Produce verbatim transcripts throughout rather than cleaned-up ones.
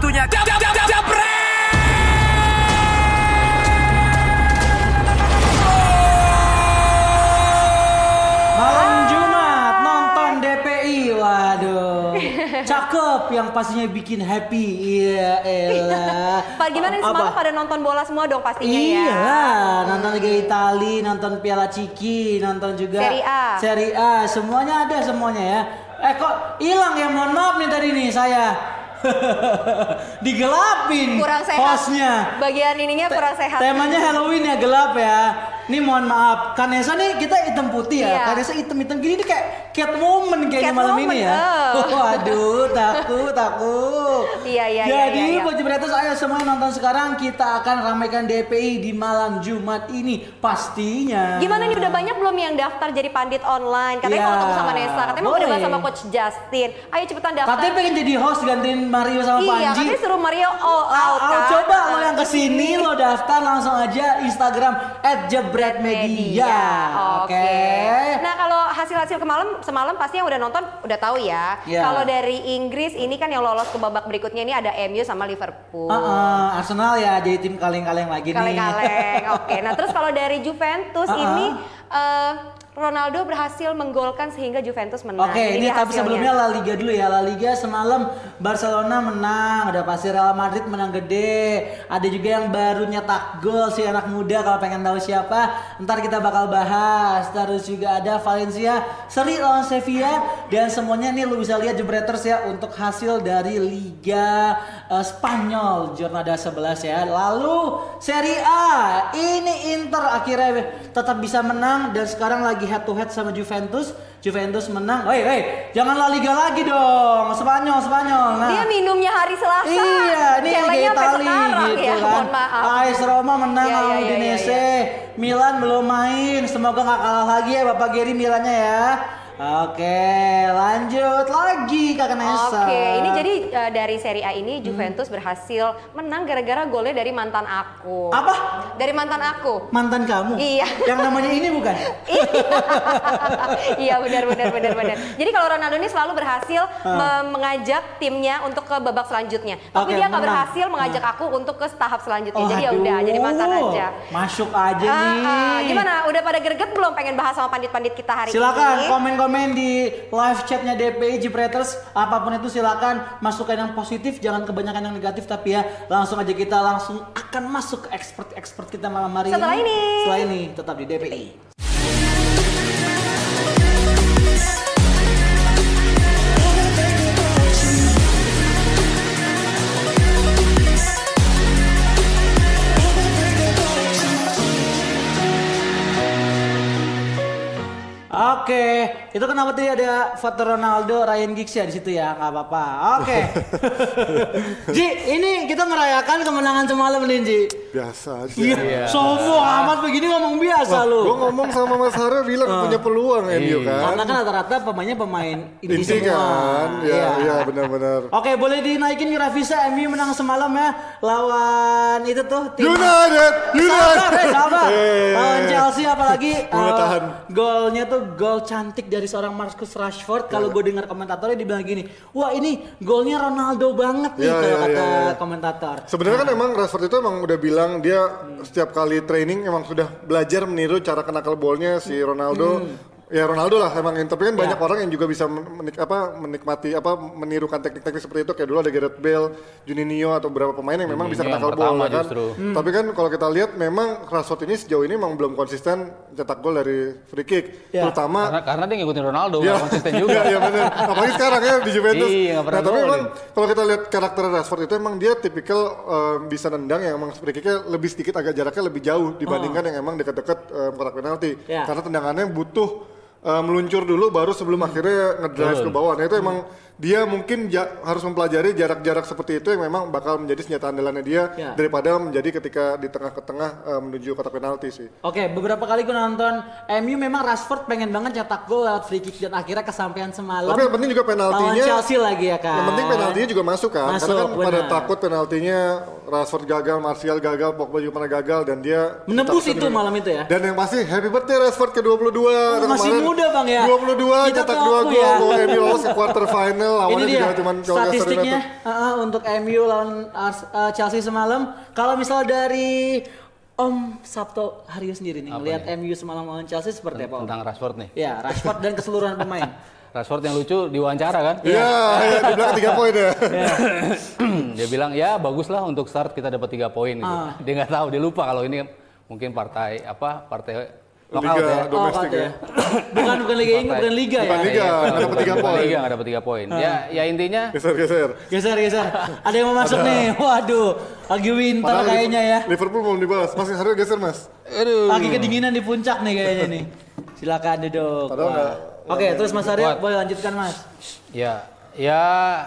Waktunya Jabret. Malam Jumat nonton D P I, waduh, cakep yang pastinya bikin happy, iya elah. Pak gimana nih semalam pada nonton bola semua dong pastinya ya? Iya, nonton Liga Italia, nonton Piala Ciki, nonton juga Serie A. Serie A, semuanya ada semuanya ya. Eh kok hilang ya, mohon maaf nih tadi nih saya. Digelapin Kurang sehat. hostnya. Bagian ininya kurang sehat. Temanya Halloween ya, gelap ya. Ini mohon maaf, Kanesa nih kita hitam putih ya. Iya. Kanesa hitam-hitam gini nih kayak cat woman kayaknya Cat malam woman, ini ya. oh. Waduh, takut, takut. Iya, iya, iya, Jadi iya, iya. buat Jebreters, ayo semua yang nonton sekarang kita akan ramaikan D P I di malam Jumat ini pastinya. Gimana nih, udah banyak belum yang daftar jadi pandit online? Katanya Iya, mau ketemu sama Nesa, katanya mau boleh. berdebat sama Coach Justin. Ayo cepetan daftar. Katanya pengen jadi host gantiin Mario sama Iya, Panji. katanya suruh Mario all Ah, out ah, kan. coba lo yang kesini lo daftar langsung aja Instagram at jebretmedia. Oke. Nah kalau hasil-hasil kemalam semalam pasti yang udah nonton udah tahu ya. Iya. Kalau dari Inggris ini kan yang lolos ke babak berikutnya ini ada M U sama Liverpool. Ah, ah, Arsenal ya jadi tim kaleng-kaleng lagi nih. Kaleng-kaleng. Oke. Nah terus kalau dari Juventus Uh-uh. ini eh, Ronaldo berhasil menggolkan sehingga Juventus menang. Oke, ini dia tapi hasilnya. sebelumnya La Liga dulu ya. La Liga semalam Barcelona menang, udah pasti Real Madrid menang gede. Ada juga yang baru nyetak gol si anak muda, kalau pengen tahu siapa, ntar kita bakal bahas. Terus juga ada Valencia seri lawan Sevilla, dan semuanya nih lu bisa lihat Jebreters ya untuk hasil dari Liga uh, Spanyol Jornada sebelas ya. Lalu Serie A, ini Inter akhirnya tetap bisa menang dan sekarang lagi head to head sama Juventus. Juventus menang. Hei, hei, jangan La Liga lagi dong. Spanyol, Spanyol. Nah, Dia minumnya hari Selasa. iya, ini Celenya Liga sampai Itali sekarang gitu ya. kan. Mohon maaf. A S Roma menang Iya, sama iya, iya, Udinese. iya, Milan belum main. Semoga nggak kalah lagi ya Bapak Geri Milannya ya. Oke, lanjut lagi Kakak Nesa. Oke, ini jadi uh, dari Serie A ini Juventus hmm. berhasil menang gara-gara golnya dari mantan aku. Apa? Dari mantan aku. Mantan kamu? Iya. Yang namanya ini bukan? Iya, benar benar benar benar. Jadi kalau Ronaldo ini selalu berhasil Uh. me- mengajak timnya untuk ke babak selanjutnya. Tapi Oke, dia nggak menang. berhasil mengajak Uh. aku untuk ke tahap selanjutnya. Oh, jadi ya aduh. udah, jadi mantan aja. Masuk aja Ah, nih. ah. Gimana? Udah pada greget belum pengen bahas sama pandit-pandit kita hari Silakan ini? komen-komen di live chatnya D P I Jebreters, apapun itu silakan masukkan yang positif, jangan kebanyakan yang negatif, tapi ya langsung aja kita langsung akan masuk ke expert-expert kita malam hari Setelah ini. ini. Setelah ini tetap di D P I. Oke, itu kenapa tadi ada foto Ronaldo, Ryan Giggs ya di situ ya, nggak apa-apa. Oke, Ji, ini kita merayakan kemenangan semalam nih Ji. Biasa aja. Iya, sombong amat begini ngomong biasa lu. Gue ngomong sama Mas Hara bilang punya peluang M U kan. Karena kan rata-rata pemainnya pemain inti, Inti semua. kan, ya, iya benar-benar. Oke, boleh dinaikin grafisnya. M U menang semalam ya lawan itu tuh tim United, Sabar, United. eh, sabar. Eh. Lawan Chelsea apalagi Gua uh, tahan. golnya tuh gol cantik dari seorang Marcus Rashford. Kalau gue dengar komentatornya dibilang gini, wah ini golnya Ronaldo banget nih Ya, kalau ya, kata ya, ya. komentator. Sebenarnya kan emang Rashford itu emang udah bilang dia setiap kali training emang sudah belajar meniru cara kenakal bolnya si Ronaldo. Ya Ronaldo lah emang, tapi kan banyak orang yang juga bisa menik, apa, menikmati apa menirukan teknik-teknik seperti itu, kayak dulu ada Gareth Bale, Juninho atau beberapa pemain yang memang bisa Juninho kenakal yang bola pertama kan. justru. Hmm. Tapi kan kalau kita lihat memang Rashford ini sejauh ini memang belum konsisten cetak gol dari free kick, Ya. terutama Karena, karena dia ngikutin Ronaldo, ya, nggak konsisten juga. Iya, iya benar. Apalagi sekarang ya di Juventus. Iya, nggak pernah Nah, tapi golin. emang kalau kita lihat karakter Rashford itu emang dia tipikal eh, bisa nendang yang emang free kick-nya lebih sedikit agak jaraknya lebih jauh dibandingkan yang emang dekat-dekat eh, kotak penalti. Ya. Karena tendangannya butuh eh, meluncur dulu baru sebelum akhirnya ngedrive ke bawah. Nah, itu emang dia mungkin ja- harus mempelajari jarak-jarak seperti itu yang memang bakal menjadi senjata andalannya dia Ya. daripada menjadi ketika di tengah ke tengah eh, menuju kotak penalti sih. Oke, beberapa kali gue nonton M U memang Rashford pengen banget cetak gol lewat free kick dan akhirnya kesampaian semalam. Tapi yang penting juga penaltinya. lawan Chelsea lagi ya kan. Yang penting penaltinya juga masuk kan. Masuk, Karena kan pada benar. takut penaltinya Rashford gagal, Martial gagal, Pogba juga pernah gagal dan dia Menembus tetap itu sendiri. malam itu ya. Dan yang pasti happy birthday Rashford ke dua puluh dua Oh, masih kemarin muda Bang ya. dua puluh dua Kita cetak tuh dua aku gol, ya. bawa M U lolos ke quarter final, Ini lawannya dia juga cuma statistiknya uh, uh, untuk M U lawan Ars- uh, Chelsea semalam. Kalau misal dari Om Sabto Haryo sendiri nih, lihat M U semalam lawan Chelsea seperti apa? Om? Tentang Rashford nih. Ya, Rashford dan keseluruhan pemain. Rashford yang lucu diwawancara kan. Iya, iya, di belakang tiga poin ya. Dia bilang ya bagus lah untuk start kita dapat tiga poin gitu. Ah. Dia nggak tahu, dia lupa kalau ini mungkin partai apa partai lokal Liga ya. domestik Oh, ya. bukan bukan liga Inggris, bukan liga Bukan ya. liga, nggak dapat tiga Bukan poin. Liga nggak dapat tiga poin. Ya ya intinya Geser, geser. Geser geser. Ada yang mau masuk nih. Waduh, lagi winter Padahal kayaknya ya. Liverpool belum dibahas. Mas Haryo geser mas. aduh. Lagi kedinginan di puncak nih kayaknya nih. Silakan duduk. Padahal Wah. nggak- Oke, terus Mas Aryo Kuat. boleh lanjutkan Mas. Ya, ya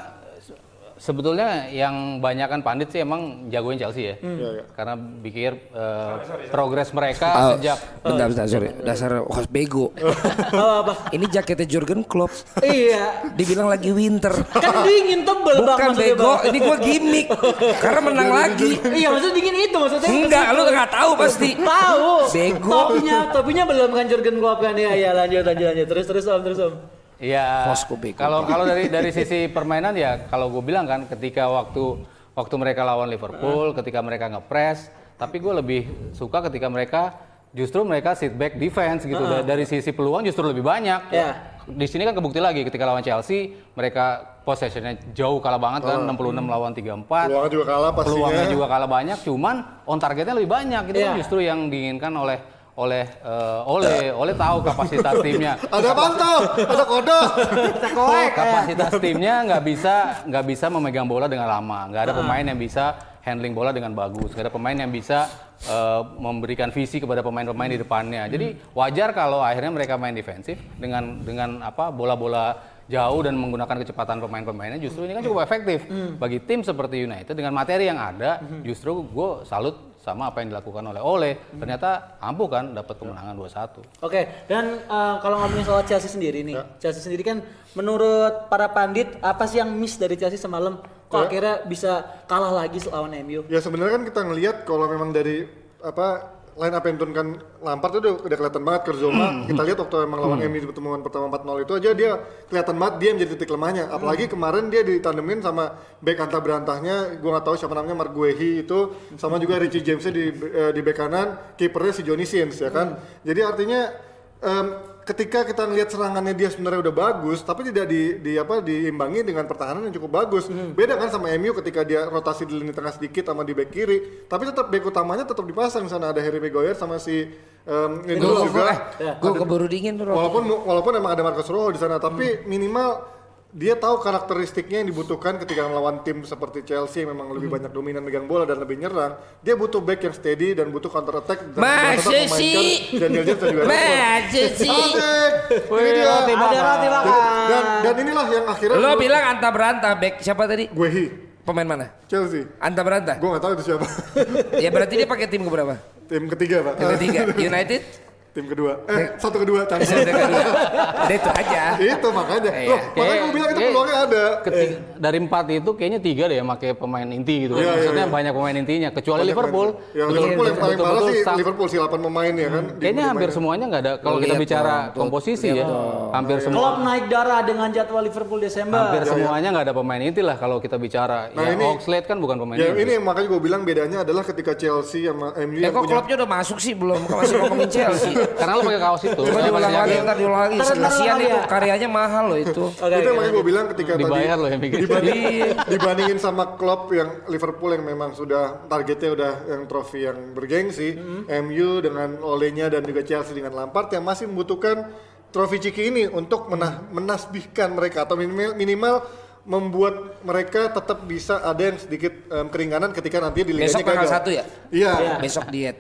sebetulnya yang banyak kan pandit sih emang jagoin Chelsea ya. Iya, iya. Karena pikir eh, progres mereka Ah, sejak bentar, bentar, sorry. Dasar host bego. Oh, apa? Ini jaketnya Jurgen Klopp. Iya. Dibilang lagi winter. Kan dingin tebel Bang Bukan maksudnya, bego, Bang. ini gua gimmick. Karena menang lagi. Iya, maksudnya dingin itu maksudnya. Enggak, lu nggak tahu pasti. Tahu. Bego. Topinya, topinya belum kan Jurgen Klopp kan ya. Ya lanjut lanjut lanjut. Terus terus Om, terus Om. ya Posko bego. kalau kalau dari dari sisi permainan ya kalau gue bilang kan ketika waktu waktu mereka lawan Liverpool, ketika mereka ngepres, tapi gue lebih suka ketika mereka justru mereka sit back defense gitu. Da- Dari sisi peluang justru lebih banyak. Ya. Di sini kan kebukti lagi ketika lawan Chelsea mereka possessionnya jauh kalah banget kan enam puluh enam lawan tiga puluh empat. Peluangnya juga kalah pastinya. Peluangnya juga kalah banyak, cuman on targetnya lebih banyak. Itu kan Iya. justru yang diinginkan oleh oleh eh, oleh oleh tahu kapasitas timnya. Ada pantau, ada kodok. Kita koek ya. Kapasitas timnya nggak bisa nggak bisa memegang bola dengan lama, nggak ada pemain yang bisa handling bola dengan bagus, nggak ada pemain yang bisa eh, memberikan visi kepada pemain-pemain di depannya. Jadi wajar kalau akhirnya mereka main defensif dengan dengan apa bola-bola jauh dan menggunakan kecepatan pemain-pemainnya. Justru ini kan cukup efektif bagi tim seperti United dengan materi yang ada. Justru gue salut sama apa yang dilakukan oleh Ole. Ternyata ampuh kan dapat kemenangan dua satu. Oke, dan uh, kalau ngomongin soal Chelsea sendiri nih, Chelsea sendiri kan menurut para pandit apa sih yang miss dari Chelsea semalam? Kok Ya. akhirnya bisa kalah lagi lawan M U? Ya sebenarnya kan kita ngelihat kalau memang dari apa line up yang diturunkan Lampard itu udah, udah kelihatan banget Kurzawa. Kita lihat waktu emang lawan M U di pertemuan pertama empat nol itu aja dia kelihatan banget dia menjadi titik lemahnya. Apalagi kemarin dia ditandemin sama back antah berantahnya, gua nggak tahu siapa namanya, Mark Guehi itu, sama juga Richie Jamesnya di eh, di back kanan, kipernya si Johnny Sins ya kan. Jadi artinya em, ketika kita ngelihat serangannya dia sebenarnya udah bagus, tapi tidak di, di apa diimbangi dengan pertahanan yang cukup bagus. Beda kan sama M U ketika dia rotasi di lini tengah sedikit sama di back kiri, tapi tetap back utamanya tetap dipasang. Sana ada Harry Maguire sama si um, Lindelof juga. Gue keburu dingin tuh. Rob. Walaupun walaupun emang ada Marcos Rojo di sana, tapi minimal dia tahu karakteristiknya yang dibutuhkan ketika melawan tim seperti Chelsea yang memang lebih banyak dominan megang bola dan lebih nyerang. Dia butuh back yang steady dan butuh counter attack dan Masa tetap memainkan sih? Daniel James dan juga Rashford. Masa sih? Asik. Ini dia. Ada roti makan. Dan, dan inilah yang akhirnya Lo bilang anta beranta back siapa tadi? Guehi, Pemain mana? Chelsea. Anta beranta. Gue gak tahu itu siapa. Ya berarti dia pakai tim keberapa? Tim ketiga pak. Tim ketiga. United? Tim kedua. Eh satu kedua. Cantik. Bisa udah kedua. Udah itu aja. Itu makanya. Iya. Loh, makanya gue bilang itu Kayak- peluangnya ada. Ketiga, dari empat itu kayaknya tiga deh yang pakai pemain inti gitu. Iya, Maksudnya iya, iya. banyak pemain intinya kecuali Banyak Liverpool. main. Yang Betul- Liverpool yang paling betul-betul parah sih sang- Liverpool sih delapan pemain ya kan. Di- Kayaknya di hampir mainnya. semuanya nggak ada. Kalau kita Lihat bicara dong, tuh. komposisi Lihat ya, dong. hampir Klopp semua, naik darah dengan jadwal Liverpool Desember. hampir Ya, ya. semuanya nggak ada pemain inti lah kalau kita bicara. Nah, ya ini- Oxlade kan bukan pemain Ya inti. ini yang makanya gue bilang bedanya adalah ketika Chelsea sama M U Ya yang kok punya klubnya udah masuk sih belum? Kok masih ngomongin Chelsea? Karena lo pakai kaos itu. Coba Saya diulang masih lagi, yakin. ntar diulang lagi. Ntar- ntar Kasihan ulang itu ya. karyanya mahal loh itu. Oke, itu yang oke, makanya lanjut. gue bilang ketika Dibayar tadi loh yang bikin. dibanding, dibandingin sama klub yang Liverpool yang memang sudah targetnya udah yang trofi yang bergengsi, M U dengan Olenya dan juga Chelsea dengan Lampard yang masih membutuhkan trofi Ciki ini untuk menah, menasbihkan mereka atau minimal, minimal membuat mereka tetap bisa ada yang sedikit em, keringanan ketika nanti di liganya Besok tanggal gagal. satu ya? Iya. Besok diet.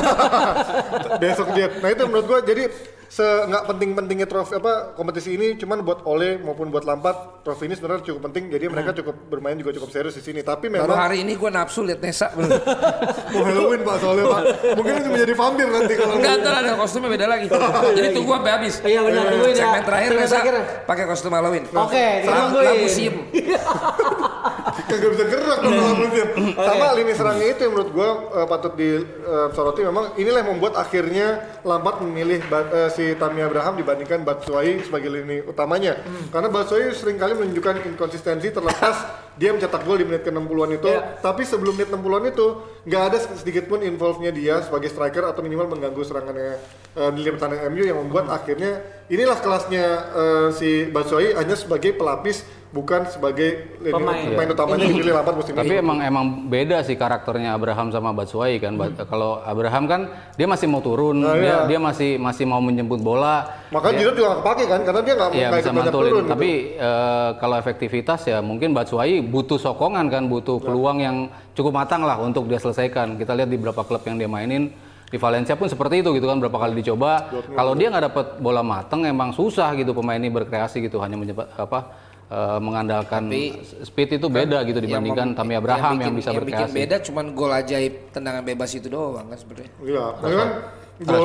Besok dia. Nah itu menurut gua jadi se nggak penting-pentingnya trofi apa kompetisi ini cuman buat Ole maupun buat Lampard trofi ini sebenarnya cukup penting jadi mereka cukup bermain juga cukup serius di sini tapi Baru memang hari ini gue nafsu liat Nesa. mau Halloween pak soalnya pak mungkin itu menjadi vampir nanti kalau Enggak, ntar ada kostumnya beda lagi. Jadi tunggu sampai habis. Iya benar, tungguin ya. Segmen terakhir Segmen Nesa terakhir. pakai kostum Halloween. Oke, Lam- ditungguin. Lampu siem. kagak bisa gerak dong kalau menurut. Sama lini serangnya itu yang menurut gua uh, patut disoroti. Uh, memang inilah yang membuat akhirnya Lampard memilih uh, si Tammy Abraham dibandingkan Batshuayi sebagai lini utamanya. Hmm. Karena Batshuayi seringkali menunjukkan inkonsistensi terlepas dia mencetak gol di menit ke enam puluhan itu, yeah. Tapi sebelum menit enam puluhan itu nggak ada sedikit pun involve-nya dia sebagai striker atau minimal mengganggu serangannya uh, di lini pertahanan M U yang membuat hmm. akhirnya inilah kelasnya uh, si Batshuayi hanya sebagai pelapis bukan sebagai pemain, pemain utamanya dipilih Lampard musim ini. Tapi emang emang beda sih karakternya Abraham sama Batshuayi kan. Hmm. Kalau Abraham kan dia masih mau turun, nah, dia iya. dia masih masih mau menjemput bola. Makanya Giroud juga nggak kepake kan karena dia nggak iya, mau bisa banyak turun. Gitu. Tapi uh, kalau efektivitas ya mungkin Batshuayi butuh sokongan kan, butuh peluang yang cukup matang lah untuk dia selesaikan. Kita lihat di beberapa klub yang dia mainin. Di Valencia pun seperti itu gitu kan, berapa kali dicoba. Kalau dia nggak dapat bola mateng emang susah gitu pemain ini berkreasi gitu, hanya menyebat, apa uh, mengandalkan tapi, speed itu beda gitu dibandingkan Tammy Abraham yang, bikin, yang bisa yang berkreasi. Yang bikin beda cuman gol ajaib tendangan bebas itu doang kan sebenarnya. Iya, kan gol,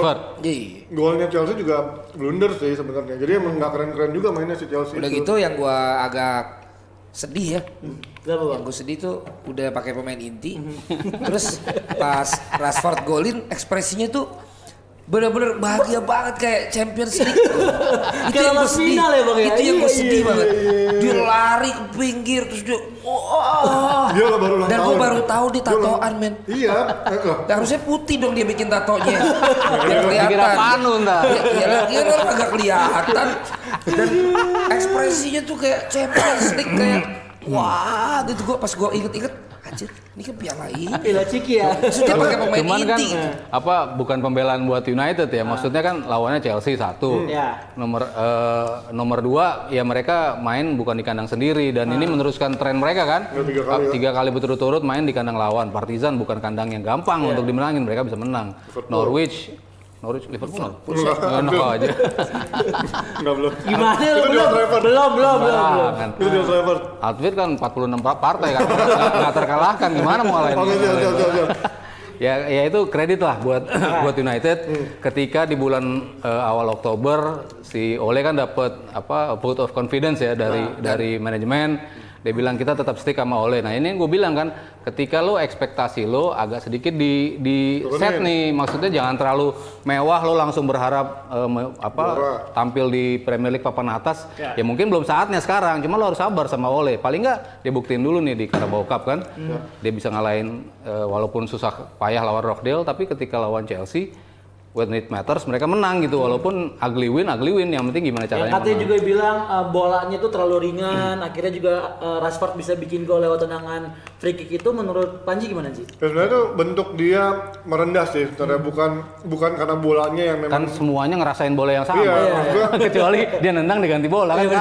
golnya Chelsea juga blunder sih sebenarnya. Jadi emang nggak keren-keren juga mainnya si Chelsea. Udah itu. gitu yang gua agak sedih ya. Hmm. Yang gue sedih tuh udah pakai pemain inti. Terus pas Rashford golin ekspresinya tuh bener-bener bahagia banget kayak Champions League. Itu yang gue sedih. Ya, Bang, ya? Itu yang gue iya, sedih iya, banget. Iya, iya. Dia lari ke pinggir terus dia oh. Dia baru Dan gue baru tahu dia tatoan men. Iya. Ya, harusnya putih dong dia bikin tatonya. Biar kelihatan. Kira panu entar. Ya dia kan agak kelihatan. Dan ekspresinya tuh kayak Champions League kayak wah, gitu gua pas gua inget-inget, anjir, ini kan piala ini. Piala Ciki ya. Sudah pakai pemain Cuman inti. kan apa bukan pembelaan buat United ya, maksudnya kan lawannya Chelsea satu. Hmm, ya. Nomor uh, nomor dua ya mereka main bukan di kandang sendiri dan hmm. ini meneruskan tren mereka kan. Ya, tiga kali, tiga kali berturut-turut main di kandang lawan. Partizan bukan kandang yang gampang ya. untuk dimenangin, mereka bisa menang. Liverpool. Norwich Norwich Liverpool Enggak aja. Enggak belum. Gimana lu belum? Belum, belum, belum. Itu dia driver. Outfit kan empat puluh enam partai kan. Enggak terkalahkan gimana mau ngalahin. Oke, oke, oke, oke. Ya, ya itu kredit lah buat buat United hmm. ketika di bulan uh, awal Oktober si Ole kan dapat apa vote of confidence ya dari nah, dari manajemen. Dia bilang kita tetap stick sama Ole. Nah ini yang gue bilang kan, ketika lo ekspektasi lo agak sedikit di di set nih, maksudnya jangan terlalu mewah lo langsung berharap uh, me, apa Bora. tampil di Premier League papan atas. Ya. ya mungkin belum saatnya sekarang, cuma lo harus sabar sama Ole. Paling nggak dia buktiin dulu nih di Carabao Cup kan, hmm. dia bisa ngalahin uh, walaupun susah payah lawan Rochdale, tapi ketika lawan Chelsea when it matters mereka menang gitu hmm. walaupun ugly win ugly win yang penting gimana caranya. Yang katanya menang. Juga bilang uh, bolanya tuh terlalu ringan, hmm. akhirnya juga uh, Rashford bisa bikin gol lewat tendangan free kick itu menurut Panji gimana sih? Ya, sebenarnya itu bentuk dia merendah sih, sebenarnya hmm. bukan bukan karena bolanya yang memang kan semuanya ngerasain bola yang sama. Iya, iya. Kecuali dia nendang diganti bola kan.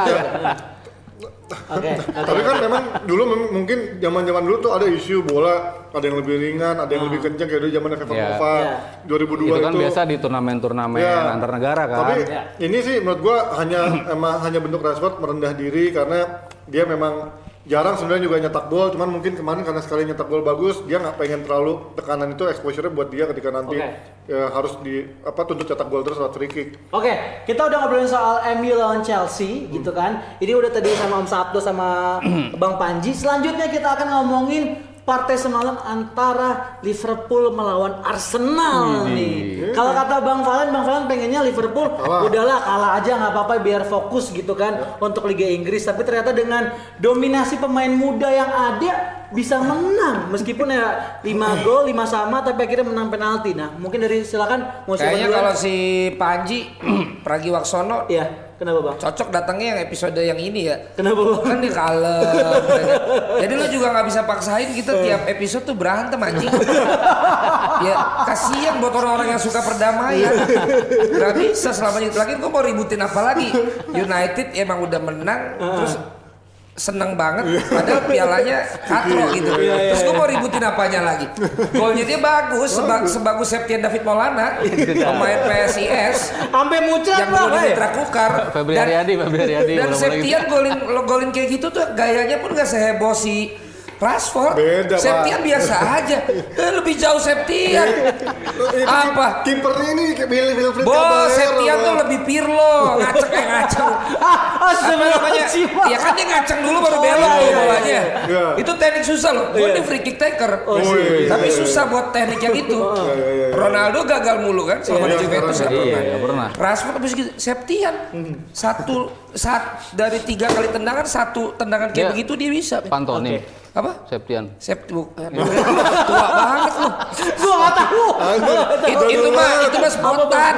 Oke. Tapi kan memang dulu mem- mungkin zaman-zaman dulu tuh ada isu bola ada yang lebih ringan, ada yang hmm. lebih kencang kayak dulu zaman Kevin yeah. Nova yeah. dua ribu dua itu. Itu kan itu, biasa di turnamen-turnamen yeah. antar negara kan. Tapi yeah. ini sih menurut gua hanya emang hanya bentuk Rashford merendah diri karena dia memang jarang sebenarnya juga nyetak gol, cuman mungkin kemarin karena sekali nyetak gol bagus, dia nggak pengen terlalu tekanan itu exposure-nya buat dia ketika nanti okay. ya, harus di apa tuntut cetak gol terus lewat free kick. Oke, okay, kita udah ngobrolin soal M U lawan Chelsea hmm. gitu kan. Ini udah tadi sama Om Sabdo sama Bang Panji. Selanjutnya kita akan ngomongin partai semalam antara Liverpool melawan Arsenal hmm. nih. Hmm. Kalau kata Bang Valen, Bang Valen pengennya Liverpool oh. udahlah kalah aja nggak apa-apa biar fokus gitu kan ya. Untuk Liga Inggris. Tapi ternyata dengan dominasi pemain muda yang ada bisa menang meskipun ya lima gol lima sama tapi akhirnya menang penalti. Nah mungkin dari silakan mau kayaknya kalau si Panji Pragiwaksono ya. Kenapa Bang? Cocok datangnya yang episode yang ini ya. Kenapa Bang? Kan dia kalem. Jadi lu juga nggak bisa paksain kita tiap episode tuh berantem anjing. Ya kasihan buat orang-orang yang suka perdamaian. Gak bisa selamanya. Lagi gue mau ributin apa lagi? United emang udah menang terus seneng banget padahal pialanya katro gitu. Terus gue mau ributin apanya lagi? Golnya dia bagus, seba- sebagus Septian David Maulana, pemain P S I S. Sampai muncrat yang golin Mitra Kukar. Febri Haryadi, Febri Haryadi. Dan Septian golin golin kayak gitu tuh gayanya pun gak seheboh si Rashford. Beda, Pak. Septian biasa aja. Eh, lebih jauh Septian. Apa? Kipernya ini kayak Billy Wilfried Bos, Caballero, Septian tuh Bang. lebih Pirlo, ngaceng kayak ngaceng. Apa namanya? Ya kan dia ngaceng dulu baru belok iya, tuh iya, bolanya. iya. Itu teknik susah loh. Gue nih free kick taker. iya, Tapi susah buat teknik yang itu. Ronaldo gagal mulu kan selama di Juventus. sekarang Iya, nggak pernah. Rashford habis gitu, Septian. Satu saat dari tiga kali tendangan satu tendangan kayak Dia begitu dia bisa. Pantonim. Apa? Septian. Sept bu- tua banget lu. Gua nggak tahu. Itu, itu mah itu mah spontan.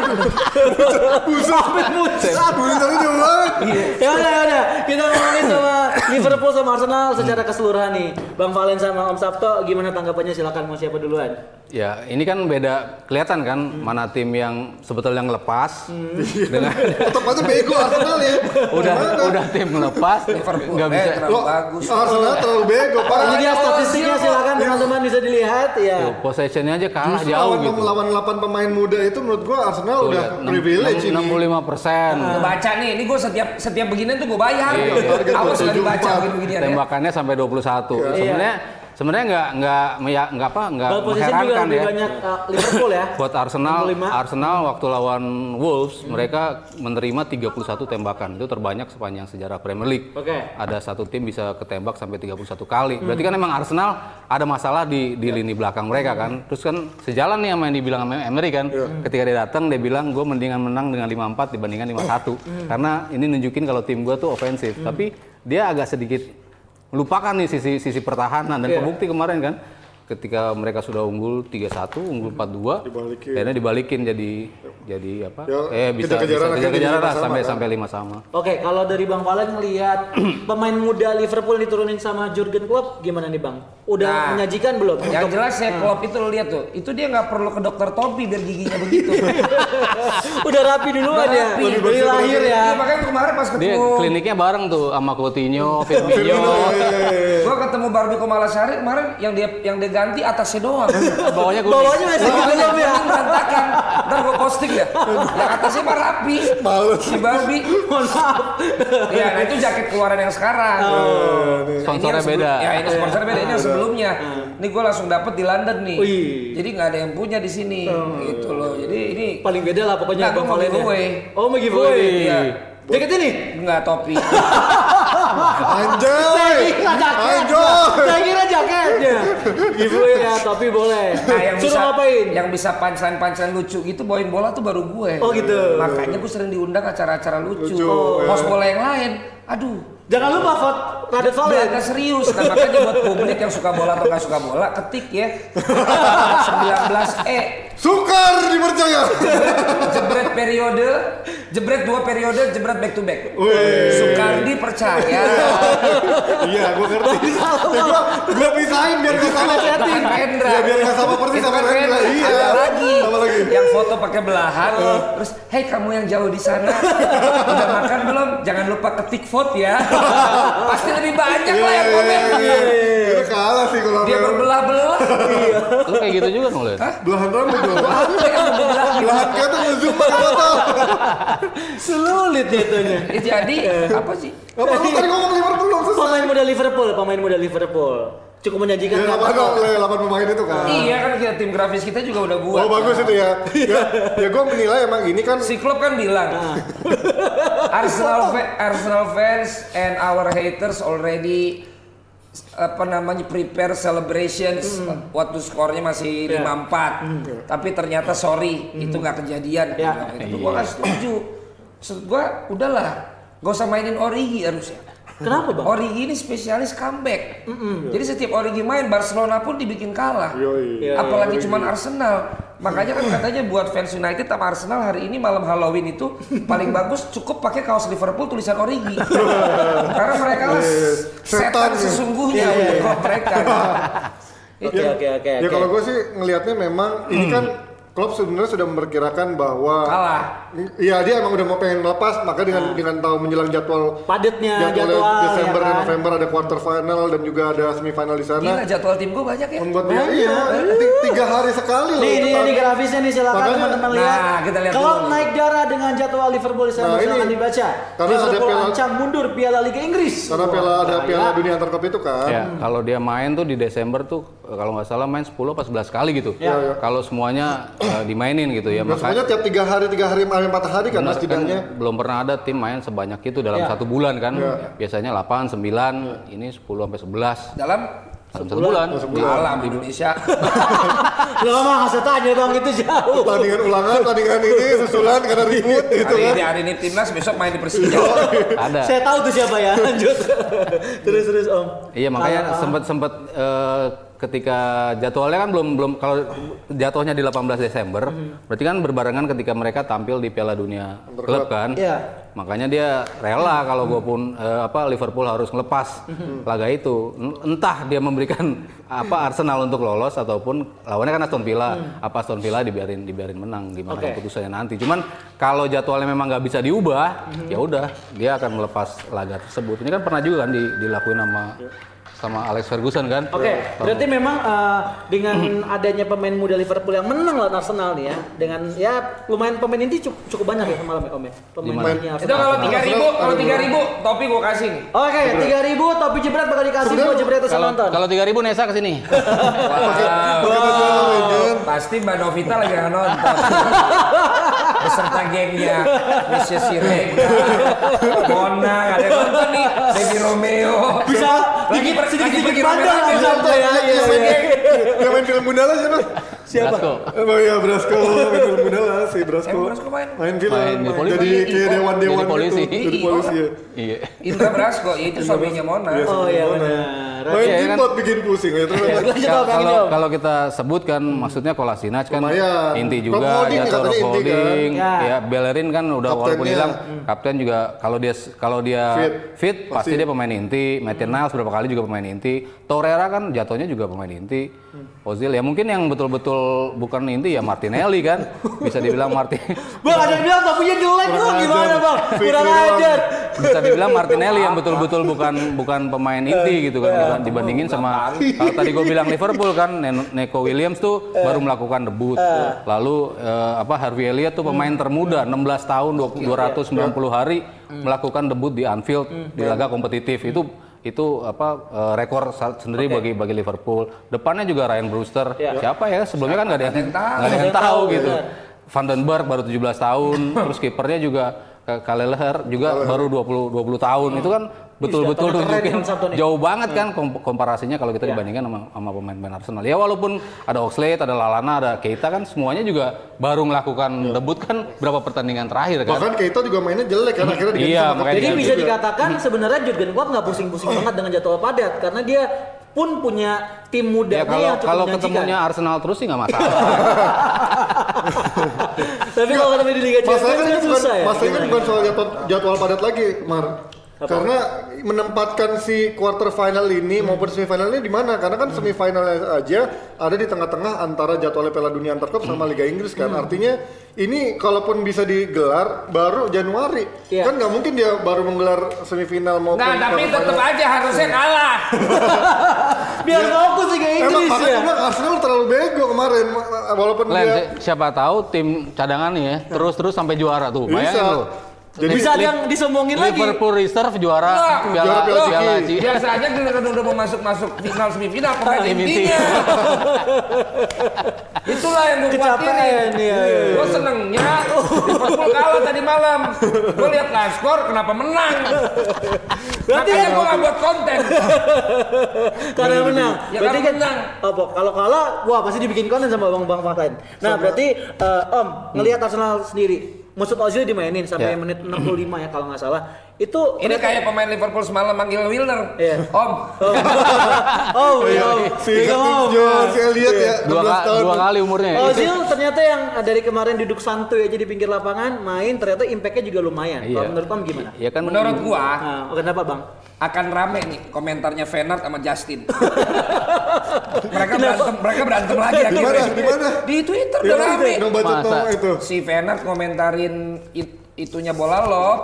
Sampai muncrat. Tulisannya jauh banget. Ya udah, ya udah. Kita ngomongin sama Liverpool sama Arsenal secara keseluruhan nih. Bang Valen sama Om Sabto, gimana tanggapannya? Silakan, mau siapa duluan? Ya, ini kan beda, kelihatan kan Hmm. mana tim yang sebetulnya ngelepas dengan Tetap aja bego Arsenal ya. udah udah tim ngelepas Liverpool nggak bisa. eh, terlalu Loh, bagus. Arsenal terlalu bego, Pak. Ini dia statistiknya, silakan teman-teman bisa dilihat ya. Tuh, possessionnya aja kalah Justru jauh lawan gitu. lawan delapan pemain muda itu menurut gua Arsenal Tuh, udah lihat, enam- privilege enam- enam puluh ini. lima persen. Gue baca nih, ini gue setiap setiap beginian tuh gue bayar. Iya. Awas sekali tujuh baca empat. begini-beginian ya. Tembakannya sampai dua puluh satu. Iya. Sebenarnya sebenarnya nggak nggak meya- nggak apa nggak Ball position juga mengherankan lebih ya. banyak uh, Liverpool ya. Buat Arsenal, enam puluh lima. Arsenal waktu lawan Wolves mereka menerima tiga puluh satu tembakan. Itu terbanyak sepanjang sejarah Premier League. Oke. Ada satu tim bisa ketembak sampai tiga puluh satu kali. Berarti kan emang Arsenal ada masalah di di lini belakang mereka kan. Terus kan sejalan nih sama yang dibilang sama Emery kan. Ketika dia datang dia bilang gue mendingan menang dengan lima empat dibandingkan lima satu. Karena ini nunjukin kalau tim gue tuh ofensif. Tapi dia agak sedikit melupakan nih sisi sisi pertahanan dan Iya. terbukti kemarin kan ketika mereka sudah unggul tiga satu, unggul empat dua, Dibalikin. akhirnya dibalikin jadi jadi apa? Ya, eh bisa kejar-kejaran bisa akhirnya kejar-kejaran jadi lah lima sama, sampai kan? sampai lima sama. Oke, kalau dari Bang Valen ngelihat pemain muda Liverpool diturunin sama Jurgen Klopp gimana nih Bang? Udah Nah, menyajikan belum? Yang Untuk- jelas ya Klopp itu lo lihat tuh, itu dia nggak perlu ke dokter Topi biar giginya begitu. Udah rapi duluan Udah ya. rapi. Dari lahir ya. Iya, makanya kemarin pas Dia ketemu kliniknya bareng tuh sama Coutinho, Firmino. gua ketemu Barbie Komalasari kemarin yang dia yang dia ganti atasnya doang. Bawahnya kuning. Bawahnya masih Bawahnya belum ya. kuning berantakan. Ntar gua posting ya. Yang atasnya mah rapi. Si Barbie. Mohon maaf. Iya, nah itu jaket keluaran yang sekarang. Sponsornya Ini yang sebelum- beda. Ya, ini sponsornya beda. Ini yang sebelumnya. Ini gue langsung dapet di London nih. Wih. Jadi nggak ada yang punya di sini, gitu loh. Jadi ini Paling beda lah pokoknya Nggak, Bang gua mau Valen ya. giveaway. Oh, mau giveaway. Iya. Jaket ini? nggak topi. Anjay. Saya kira jaketnya. Anjay. Saya kira jaketnya. Giveaway ya, tapi boleh. Nah, yang Suruh bisa ngapain? yang bisa punchline-punchline lucu gitu bawain bola tuh baru gue. Oh, gitu. Makanya gue sering diundang acara-acara lucu. Lucu, Oh, ya. host bola yang lain. Aduh. Jangan lupa vote Radit Valen. Agak serius, nah makanya buat publik yang suka bola atau nggak suka bola, ketik ya sembilan belas E Sukar dipercaya. jebret periode, jebret dua periode, jebret back to back. Sukardi percaya. Iya, gua ngerti. Ya, gua gua pisahin biar gak sama. Tahan Rendra. Ya biar gak sama persis Itu sama kan Rendra. Iya. Ada lagi. Sama lagi. Yang foto pakai belahan. Terus, hey kamu yang jauh di sana, udah makan belum? Jangan lupa ketik vote ya. Pasti lebih banyak lah yang komen. Iya. Itu kalah sih kalau Dia memang. berbelah-belah. Lu kayak gitu juga ngeliat. Belahan rambut dong. Apa yang berbelah? Belahan kata ngezoom pakai foto. Sulit itunya. Eh, Jadi apa sih? Apa lu tadi ngomong Liverpool belum selesai? Pemain muda Liverpool, pemain muda Liverpool. Cukup menjanjikan Ya, nggak, delapan Bang? dong, delapan pemain itu kan. Iya kan kita tim grafis kita juga udah buat. Oh bagus itu ya. Ya, ya gue menilai emang ini kan Si klub kan bilang Arsenal fa- Arsenal fans and our haters already apa namanya prepare celebrations waktu skornya masih Ya. lima empat. Tapi ternyata sorry itu nggak kejadian. Ya. Nah, itu gua nggak setuju. Maksud gua udahlah, gak usah mainin Origi harusnya. Kenapa Bang? Origi ini spesialis comeback. Jadi setiap Origi main Barcelona pun dibikin kalah. Yoi. Iya, Apalagi cuman Arsenal. Makanya kan katanya buat fans United sama Arsenal hari ini malam Halloween itu paling bagus cukup pakai kaos Liverpool tulisan Origi. Karena mereka lah setan Setan. sesungguhnya Iya, iya, untuk iya. klub mereka. Oke oke oke. ya oke. kalau gue sih ngelihatnya memang ini kan Klopp sebenarnya sudah memperkirakan bahwa Kalah. Iya dia emang udah mau pengen melepas, maka dengan nah. dengan tahu menjelang jadwal padatnya jadwal, jadwal Desember ya dan kan? November ada quarter final dan juga ada semifinal di sana. Gila jadwal tim gue banyak ya. Membuat dia iya t- tiga hari sekali loh. Nih ini ini grafisnya nih silakan Makanya, teman-teman lihat. Nah, kita lihat Klopp dulu. naik darah dengan jadwal Liverpool di sana Nah, silakan ini, dibaca. karena ada Liverpool piala- ancam mundur Piala Liga Inggris. Karena piala ada Wah, Piala ya. Dunia Antar Klub itu kan. Ya, kalau dia main tuh di Desember tuh kalau nggak salah main sepuluh atau sebelas kali gitu. Ya. Ya. Kalau semuanya uh, dimainin gitu ya. Dan semuanya tiap tiga hari tiga hari sampai empat hari kan benar, setidaknya. kan belum pernah ada tim main sebanyak itu dalam Ya. satu bulan kan. Ya. Biasanya delapan, sembilan, ini sepuluh sampai sebelas Dalam dalam satu bulan. malam di Indonesia. Lo mah kasih tanya dong itu jauh. Pertandingan ulangan, pertandingan ini susulan karena ribut gitu Hari kan. ini hari ini timnas besok main di Persija. Ada. Saya tahu tuh siapa ya. Lanjut. terus terus Om. Iya makanya Kalau- sempat sempat eh, ketika jadwalnya kan belum belum kalau jatuhnya di delapan belas Desember, berarti kan berbarengan ketika mereka tampil di Piala Dunia klub kan. Iya. Makanya dia rela kalau gue pun eh, apa Liverpool harus ngelepas laga itu. Entah dia memberikan apa Arsenal untuk lolos ataupun lawannya kan Aston Villa. Apa Aston Villa dibiarin dibiarin menang gimana Oke. keputusannya nanti. Cuman kalau jadwalnya memang nggak bisa diubah, ya udah dia akan melepas laga tersebut. Ini kan pernah juga kan di, dilakuin sama sama Alex Ferguson kan. Oke, berarti memang uh, dengan adanya pemain muda Liverpool yang menang lawan Arsenal nih ya, dengan ya lumayan pemain inti cukup, cukup banyak ya semalam ya Om ya. Pemain Lima. intinya Itu kalau tiga ribu, kalau tiga ribu topi gue kasih nih. Oke, tiga ribu topi jebret bakal dikasih buat jebret yang Kalau nonton. kalau tiga ribu Nesa ke sini. Wow. Pasti Mbak Novita lagi nggak nonton. Beserta gengnya, Misha Siregar, Mona, ada yang nonton nih, Baby Romeo. Bisa lagi dikit- per- lagi sedikit-sedikit pergi pandang rame-rame aja nonton tuh ya, lagi iya, sama iya. geng. Yang main film Gundala siapa? Siapa? Brasco. Oh iya Brasco, main film Gundala si Brasco. Eh, Brasco main? Main film, Main di polisi. jadi kayak dewan-dewan Jadi polisi. gitu. Jadi polisi ya. Iya. Indra Brasco, ya itu suaminya Mona. Oh iya Mona. benar. Main Iya, game kan? buat bikin pusing ya terus. Lanjut Om, yang Kalau ini Om. kalau kita sebutkan maksudnya Kolasinac kan Lumayan. inti Rob juga Holding ya katanya Rob inti kan. Holding Ya. ya Bellerin kan udah walaupun Kaptennya. hilang kapten juga kalau dia kalau dia Fit. fit, pasti Pasti. dia pemain inti. Maitland Niles berapa kali juga pemain inti. Torreira kan jatuhnya juga pemain inti. Ozil ya mungkin yang betul-betul bukan inti ya Martinelli kan bisa dibilang Martin Bang ada yang bilang topinya jelek lu Kurang gimana ajar. Bang? Fit Kurang doang. ajar. bisa dibilang Martinelli yang betul-betul bukan bukan pemain inti gitu kan diba- dibandingin sama kalau tadi gue bilang Liverpool kan Ne- Neco Williams tuh baru melakukan debut lalu eh, apa Harvey Elliott tuh pemain termuda enam belas tahun dua ratus sembilan puluh hari melakukan debut di Anfield di laga kompetitif itu itu apa eh, rekor sa- sendiri bagi bagi Liverpool. Depannya juga Ryan Brewster. Siapa ya? Sebelumnya kan nggak ada yang nggak ada yang tahu gitu. Van den Berg baru tujuh belas tahun, terus kipernya juga Kaleleher juga baru dua puluh tahun. Itu kan betul-betul Ih, keren nunjukin konsep tuh nih. jauh banget kan kom- komparasinya kalau kita dibandingkan sama, sama pemain-pemain Arsenal. Ya walaupun ada Oxlade, ada Lallana, ada Keita kan semuanya juga baru melakukan debut kan berapa pertandingan terakhir kan. Bahkan Keita juga mainnya jelek kan akhirnya diganti Iya, sama makanya Jadi Iya, bisa juga. dikatakan sebenarnya Jurgen Klopp nggak pusing-pusing banget dengan jadwal padat karena dia pun punya tim Ya mudanya kalau yang cukup kalau menjanjikan. ketemunya Arsenal terus sih nggak masalah. Tapi kalau ketemu di Liga Masalahnya Champions kan kan bukan, susah ya. masalahnya Gimana? bukan soal jadwal, jadwal padat lagi, Mar. Karena menempatkan si quarter final ini maupun semifinal ini di mana? Karena kan semifinal aja ada di tengah-tengah antara jadwalnya Piala Dunia Antar Klub sama Liga Inggris kan. Artinya ini kalaupun bisa digelar baru Januari. Iya. Kan nggak mungkin dia baru menggelar semifinal maupun Nah, tapi quarter tetap final. aja harusnya kalah. Biar fokus Liga Emang Inggris makanya ya. gue bilang Arsenal terlalu bego kemarin walaupun Len, dia si- siapa tahu tim cadangan nih ya terus-terus sampai juara tuh. bisa. Bayangin lu. Jadi Bisa ada yang disombongin lagi. Liverpool Reserve juara Wah, piala juara Piala piala Ciki. Ci- Biasa aja giliran udah mau masuk-masuk final semifinal pemain Tim inti. intinya. Itulah yang gue Kecapean, khawatirin. iya, iya. Gue senengnya Liverpool kalah tadi malam. Gue lihat live score kenapa menang. Berarti Makanya kan- gue gak buat konten. Karena menang. Ya, berarti karena kan menang. apa? Kalau kalah, wah pasti dibikin konten sama Bang Bang Faklan. Nah, berarti eh, Om ngelihat Arsenal sendiri, Mesut Ozil dimainin sampai Ya. menit enam puluh lima ya kalau nggak salah. Itu Ini kayak pemain Liverpool semalam manggil Wilner. Iya. Om. Oh, iya. Si Iya, Om. Joe, si Elliot ya, Dua, enam belas ka- tahun. dua kali umurnya. Ozil ternyata yang dari kemarin duduk santuy aja di pinggir lapangan main ternyata impact-nya juga lumayan. Iya. Kalau menurut Om gimana? Ya kan Menurut gua Nah, kenapa Bang? akan rame nih komentarnya Fenard sama Justin. mereka berantem, mereka berantem lagi Di akhirnya. mana? Di mana? Di Twitter Ya, udah rame. Yang baca Masa? nama itu. Si Fenard komentarin it- itunya bola lob.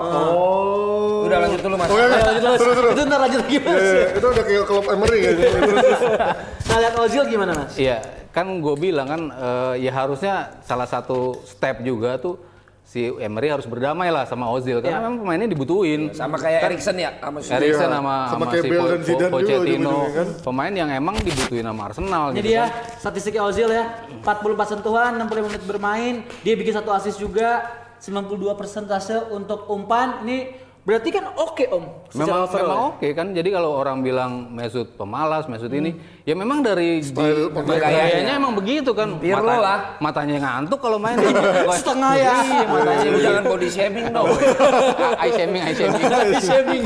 Oh. Udah lanjut dulu Mas. Oh, ya, Ayo, ya. lanjut terus. Terus, terus. Itu ntar lanjut lagi Mas. Iya, iya. Itu udah kayak klub Emery kayaknya. Terus, terus. Nah, lihat Ozil gimana Mas? Iya, kan gue bilang kan eh, ya harusnya salah satu step juga tuh si Emery harus berdamai lah sama Ozil karena Ya. memang pemainnya dibutuhin. Sama kayak Eriksen ya sama si Eriksen Iya. sama Sama sama kayak si Bale Po- dan Zidane Po- juga Pochettino, ujung-ujungnya kan. pemain yang emang dibutuhin sama Arsenal Jadi gitu ya, kan. statistiknya Ozil ya, empat puluh empat sentuhan, enam puluh lima menit bermain, dia bikin satu assist juga, sembilan puluh dua persentase untuk umpan. Ini berarti kan oke Om. secara Memang overall memang ya? oke kan. Jadi kalau orang bilang Mesut pemalas, Mesut ini ya memang dari Style di- pemain gayanya emang begitu kan. Pirlo lah. Matanya ngantuk kalau main. Setengah ya. Iya, matanya Lu jangan body shaming dong. eye shaming, eye shaming. Shaming.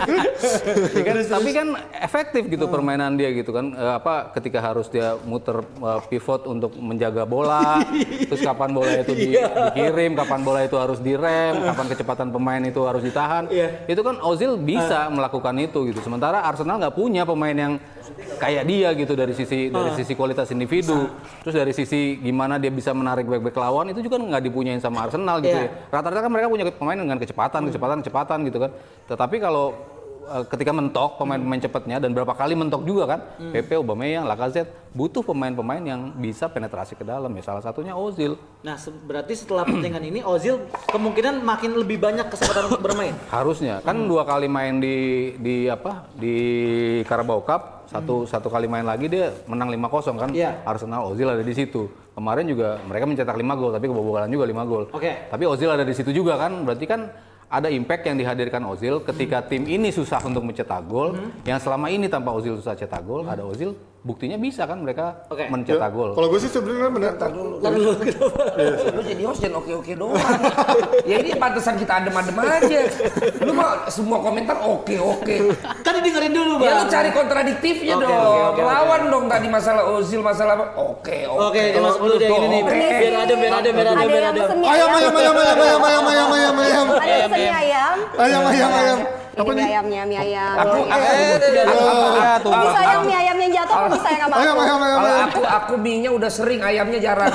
Ya kan, tapi kan efektif gitu permainan dia gitu kan. Eh, apa ketika harus dia muter eh, pivot untuk menjaga bola, terus kapan bola itu di- dikirim, kapan bola itu harus direm, kapan kecepatan pemain itu harus ditahan. Iya. Itu kan Ozil bisa melakukan itu gitu. Sementara Arsenal nggak punya pemain yang kayak dia gitu dari sisi dari sisi kualitas individu. Terus dari sisi gimana dia bisa menarik back-back lawan itu juga nggak dipunyain sama Arsenal gitu Iya. ya. Rata-rata kan mereka punya pemain dengan kecepatan, kecepatan, kecepatan gitu kan. Tetapi kalau eh, ketika mentok pemain-pemain cepatnya dan berapa kali mentok juga kan, Pepe, Aubameyang, Lacazette butuh pemain-pemain yang bisa penetrasi ke dalam ya. Salah satunya Ozil. Nah, se- berarti setelah pertandingan ini Ozil kemungkinan makin lebih banyak kesempatan untuk bermain. Harusnya kan dua kali main di di apa di Carabao Cup, satu satu kali main lagi dia menang lima kosong kan. Iya. Arsenal Ozil ada di situ. Kemarin juga mereka mencetak lima gol tapi kebobolan juga lima gol. Oke. Tapi Ozil ada di situ juga kan. Berarti kan ada impact yang dihadirkan Ozil ketika tim ini susah untuk mencetak gol, yang selama ini tanpa Ozil susah cetak gol, ada Ozil buktinya bisa kan mereka Oke. mencetak gol. Kalau gue sih sebenarnya benar. Lalu kenapa? Lu jadi host jangan oke-oke doang. Ya ini pantesan kita adem-adem aja. Lu mah semua komentar oke-oke. Kan dengerin dulu, Bang. Ya lu cari kontradiktifnya Oke, dong. oke, oke, Lawan dong tadi masalah Ozil, masalah apa? Oke, oke. Oke, ini masuk dulu deh ini nih. Oke. Biar adem, biar adem, biar adem, Ada biar yang adem. pesen mie Ayam, ayam. ayam, ayam, ayam, ayam, ayam, ayam, ayam, ayam. Ada yang pesen mie ayam. Ayam, ayam, ayam. Ini mie ayamnya, mie ayam. Aku, aku, Ah, tuh. Bisa yang mie ayam yang jatuh, apa bisa yang sama Ayam, aku? ayam, ayam, kalau ayam. aku, aku mie-nya udah sering, ayamnya jarang.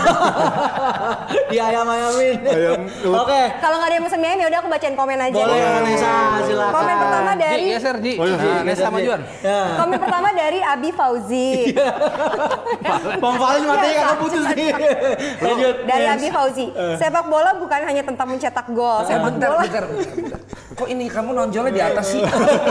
Di ayam-ayamin. Ayam. Oke. Kalau nggak ada yang pesen mie ayam, yaudah aku bacain komen aja. Boleh, Nesa, silakan. Komen pertama Ji, dari geser Ji. Oh, iya, Ji. Nah, Nesa majuan. Ya. komen pertama dari Abi Fauzi. Bang Fahri matanya Biasa, kagak putus nih. Lanjut. Dari Nes. Abi Fauzi. Sepak bola bukan hanya tentang mencetak gol. Eh, Sepak bentar, bola bentar, bentar, bentar. Kok ini kamu nonjolnya di atas sih?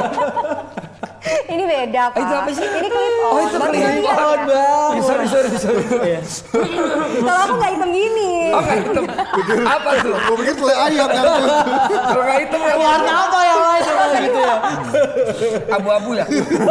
ini beda, Pak. Itu apa sih? Ini klip on. Oh, itu Baru klip lihat ya? on, Bang. sorry, sorry, sorry. Kalau aku nggak hitam gini. Oh, nggak hitam. Apa tuh? Gue pikir selai ayam kan. Kalau nggak hitam, ya Warna apa yang lain kalau gitu ya? abu-abu ya?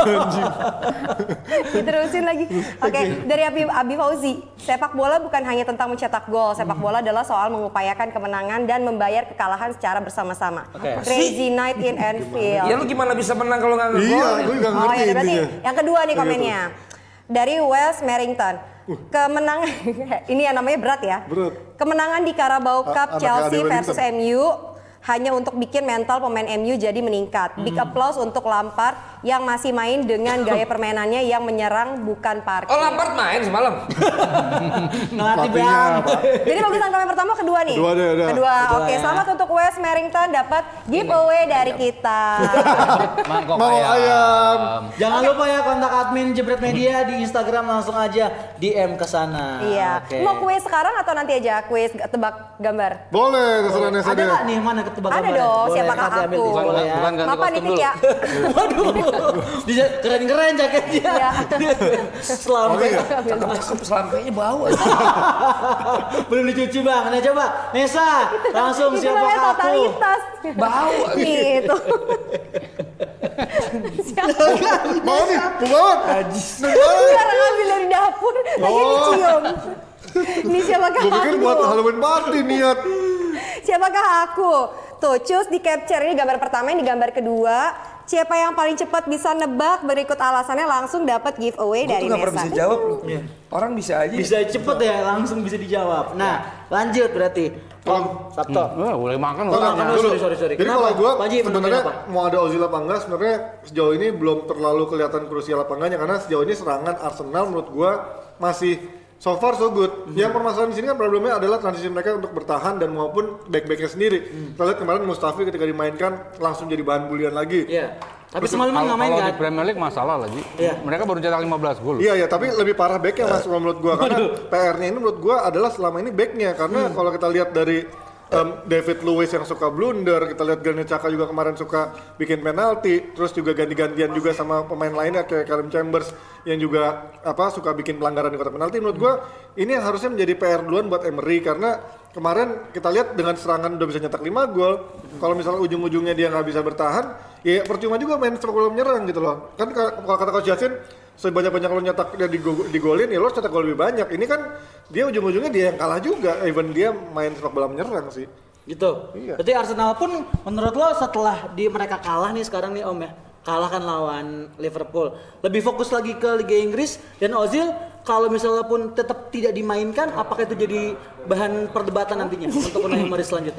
Diterusin lagi. Oke, dari Abi, Abi Fauzi. Sepak bola bukan hanya tentang mencetak gol. Sepak bola adalah soal mengupayakan kemenangan dan membayar kekalahan secara bersama-sama. Oke. Crazy night in Anfield. Ya lu gimana bisa menang kalau nggak ngegol? Iya, gue juga Oh ngerti ya, berarti intinya. yang kedua nih komennya. Dari Wes Merrington. Kemenangan ini yang namanya berat ya. Berat. Kemenangan di Carabao A- Cup anaknya Chelsea Ade versus M U hanya untuk bikin mental pemain M U jadi meningkat. Big applause untuk Lampard yang masih main dengan gaya permainannya yang menyerang bukan parkir. Oh, Lampard main semalam. Ngelatih Pelatihnya Bang. apa? Jadi bagusan komen pertama kedua nih. Kedua deh, udah. Kedua. Kedua Oke, ya. selamat untuk Wes Merrington dapat giveaway dari kita. Mangkok Mau ayam. Jangan lupa ya kontak admin Jebret Media di Instagram, langsung aja D M ke sana. Iya. Oke. Mau kuis sekarang atau nanti aja kuis tebak gambar? Boleh, terserah Nesa Ada deh. nggak nih mana ketebak Ada gambarnya? dong, Boleh, siapakah nanti ambil aku? di Bukan, sekolah ya. bukan ganti Maaf kostum nitip dulu. ya. Waduh, Dia keren-keren jaketnya. Iya. Selampe. Cakep-cakep, selampainya bau. Belum dicuci Bang. Nah coba Nesa, langsung Itu siapa namanya aku? totalitas. Bau. Gitu. Siapa? Mau nih, mau banget. Biar ngambil dari dapur, lagi Oh. dicium. Ini siapakah Gue pikir aku? buat Halloween party niat. Siapakah aku? Tuh, choose di capture ini gambar pertama, ini gambar kedua. Siapa yang paling cepat bisa nebak berikut alasannya langsung dapat giveaway dari Gue tuh gak pernah Nesa. bisa jawab loh. Orang bisa aja. Bisa cepet ya, langsung bisa dijawab. Nah, lanjut berarti. Om Sabto. Hmm, boleh makan Oh, loh. nah, dulu. dulu. Sorry, sorry, sorry. Jadi Kenapa? kalau gue Pak Haji, sebenarnya apa? mau ada Ozil apa enggak, sebenarnya sejauh ini belum terlalu kelihatan krusial apa enggaknya karena sejauh ini serangan Arsenal menurut gue masih so far so good. Mm-hmm. Yang permasalahan di sini kan problemnya adalah transisi mereka untuk bertahan dan maupun back-backnya sendiri. Mm. Kita lihat kemarin Mustafi ketika dimainkan langsung jadi bahan bulian lagi. Iya. Tapi Terus semalam kalau- nggak main kalau kan? di Premier League masalah lagi. Iya. Mereka baru cetak lima belas gol. Iya ya, tapi lebih parah backnya mas kalau menurut gua karena P R-nya ini menurut gua adalah selama ini backnya karena kalau kita lihat dari um, David Luiz yang suka blunder, kita lihat Granit Xhaka juga kemarin suka bikin penalti, terus juga ganti-gantian juga sama pemain lainnya kayak Callum Chambers yang juga apa suka bikin pelanggaran di kotak penalti. Menurut gua ini yang harusnya menjadi P R duluan buat Emery karena kemarin kita lihat dengan serangan udah bisa nyetak lima gol. Kalau misalnya ujung-ujungnya dia nggak bisa bertahan, ya percuma juga main sepak bola menyerang gitu loh. Kan kalau kata Coach Justin, sebanyak-banyak lo nyetak dia digo- digolin, ya lo cetak gol lebih banyak. Ini kan dia ujung-ujungnya dia yang kalah juga, even dia main sepak bola menyerang sih. Gitu. Iya. Berarti Arsenal pun menurut lo setelah di mereka kalah nih sekarang nih Om ya. Kalah kan lawan Liverpool. Lebih fokus lagi ke Liga Inggris dan Ozil kalau misalnya pun tetap tidak dimainkan, apakah itu jadi bahan perdebatan nantinya untuk Unai Emery selanjutnya?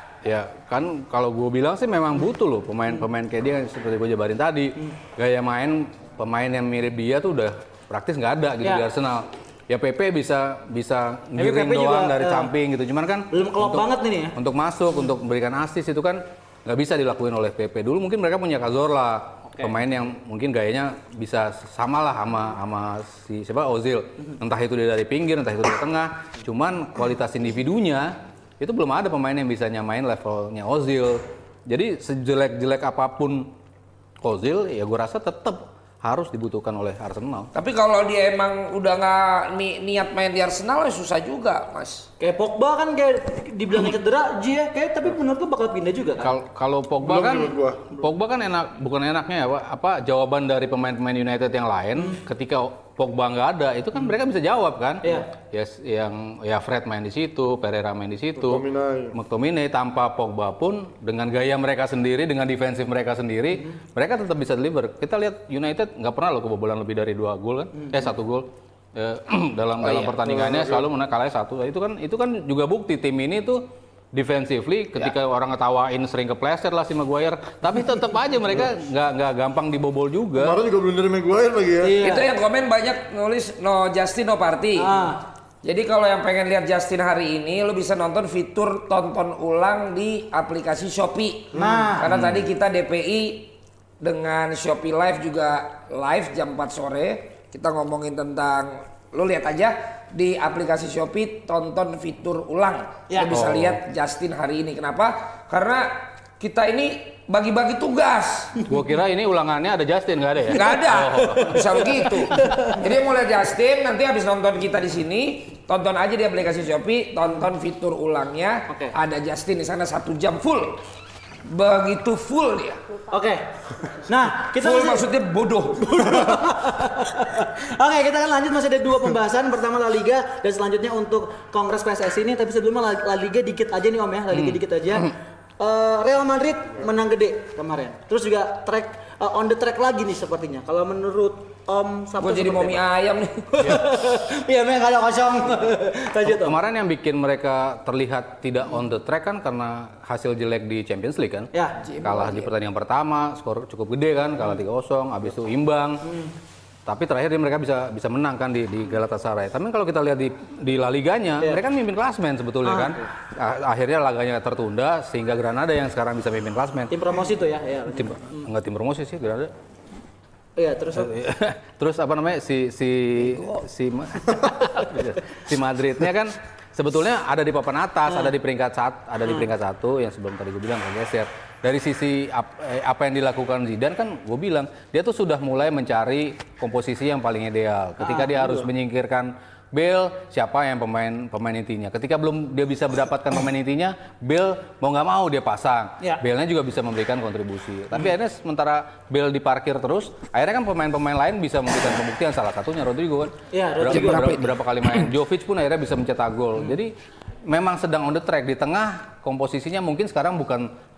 Ya kan kalau gue bilang sih memang butuh loh pemain-pemain kayak dia seperti gue jabarin tadi. Gaya main pemain yang mirip dia tuh udah praktis nggak ada gitu Ya. di Arsenal. Ya P P bisa bisa ngiring P P doang juga, dari ya. samping gitu. Cuman kan Belum klop untuk- banget ini ya. Untuk masuk, untuk memberikan assist itu kan nggak bisa dilakuin oleh P P. Dulu mungkin mereka punya Cazorla, pemain yang mungkin gayanya bisa sama lah sama sama si siapa Ozil. Entah itu dia dari pinggir, entah itu dari tengah. Cuman kualitas individunya itu belum ada pemain yang bisa nyamain levelnya Ozil. Jadi sejelek-jelek apapun Ozil, ya gue rasa tetap harus dibutuhkan oleh Arsenal. Tapi kalau dia emang udah nggak ni- niat main di Arsenal ya susah juga, Mas. Kayak Pogba kan kayak dibilang cedera, Ji ya, kayak tapi menurut gua bakal pindah juga kan. Kal- Kalau Pogba Belum kan, menurut gua. Pogba kan enak, bukan enaknya ya, Pak, apa jawaban dari pemain-pemain United yang lain ketika Pogba nggak ada, itu kan mereka bisa jawab kan? Iya. Yes, yang ya Fred main di situ, Pereira main di situ, McTominay. McTominay tanpa Pogba pun dengan gaya mereka sendiri, dengan defensif mereka sendiri, mereka tetap bisa deliver. Kita lihat United nggak pernah loh kebobolan lebih dari dua gol kan? Eh satu gol. Eh, dalam dalam iya. pertandingannya selalu menang kalah satu. Itu kan itu kan juga bukti tim ini tuh defensively ketika orang ngetawain sering kepleset lah si Maguire, tapi tetap aja mereka nggak nggak gampang dibobol juga. Kemarin juga blunder Maguire lagi ya. Iya. Itu yang komen banyak nulis no Justin no party. Ah. Jadi kalau yang pengen lihat Justin hari ini, lo bisa nonton fitur tonton ulang di aplikasi Shopee. Nah. Karena tadi kita D P I dengan Shopee Live juga live jam empat sore. Kita ngomongin tentang, lo lihat aja di aplikasi Shopee tonton fitur ulang. Ya. Lo bisa Oh. lihat Justin hari ini. Kenapa? Karena kita ini bagi-bagi tugas. Gua kira ini ulangannya ada Justin, nggak ada ya? Nggak ada, bisa begitu. Jadi mulai Justin, nanti habis nonton kita di sini, tonton aja di aplikasi Shopee, tonton fitur ulangnya. Oke. Ada Justin di sana satu jam full, begitu full dia. Oke. Nah, kita Full masih- maksudnya bodoh. Oke, kita akan lanjut, masih ada dua pembahasan. Pertama La Liga dan selanjutnya untuk Kongres P S S I ini. Tapi sebelumnya La, La Liga dikit aja nih Om ya, La Liga dikit aja. Eh, Real Madrid menang gede kemarin. Terus juga track eh, on the track lagi nih sepertinya. Kalau menurut Om Sabtu Gue jadi seperti momi apa? ayam nih. Iya, memang kalau kosong. Lanjut Om. Kemarin yang bikin mereka terlihat tidak on the track kan karena hasil jelek di Champions League kan. Ya. Kalah di pertandingan pertama, skor cukup gede kan, kalah tiga kosong, habis itu imbang. Tapi terakhir dia mereka bisa bisa menang kan di, di Galatasaray. Tapi kalau kita lihat di di La Liganya, Iya. mereka kan mimpin klasmen sebetulnya Ah. kan. Ah, Akhirnya laganya tertunda sehingga Granada yang sekarang bisa mimpin klasmen. Tim promosi tuh ya. Iya. Tim enggak tim promosi sih Granada. Iya, terus Om. Terus apa namanya si si si Ma- si Madridnya kan sebetulnya ada di papan atas, ada di peringkat satu, ada di peringkat satu yang sebelum tadi gue bilang kegeser. Dari sisi ap- eh, apa yang dilakukan Zidane kan gue bilang dia tuh sudah mulai mencari komposisi yang paling ideal. Ketika dia harus menyingkirkan Bale, siapa yang pemain pemain intinya. Ketika belum dia bisa mendapatkan pemain intinya, Bale mau nggak mau dia pasang. Ya. Bale-nya juga bisa memberikan kontribusi. Tapi akhirnya sementara Bale diparkir terus, akhirnya kan pemain-pemain lain bisa memberikan pembuktian. Salah satunya Rodrigo kan. Iya, Berapa, Rodrigo. berapa, berapa kali main. Jovic pun akhirnya bisa mencetak gol. Jadi memang sedang on the track. Di tengah komposisinya mungkin sekarang bukan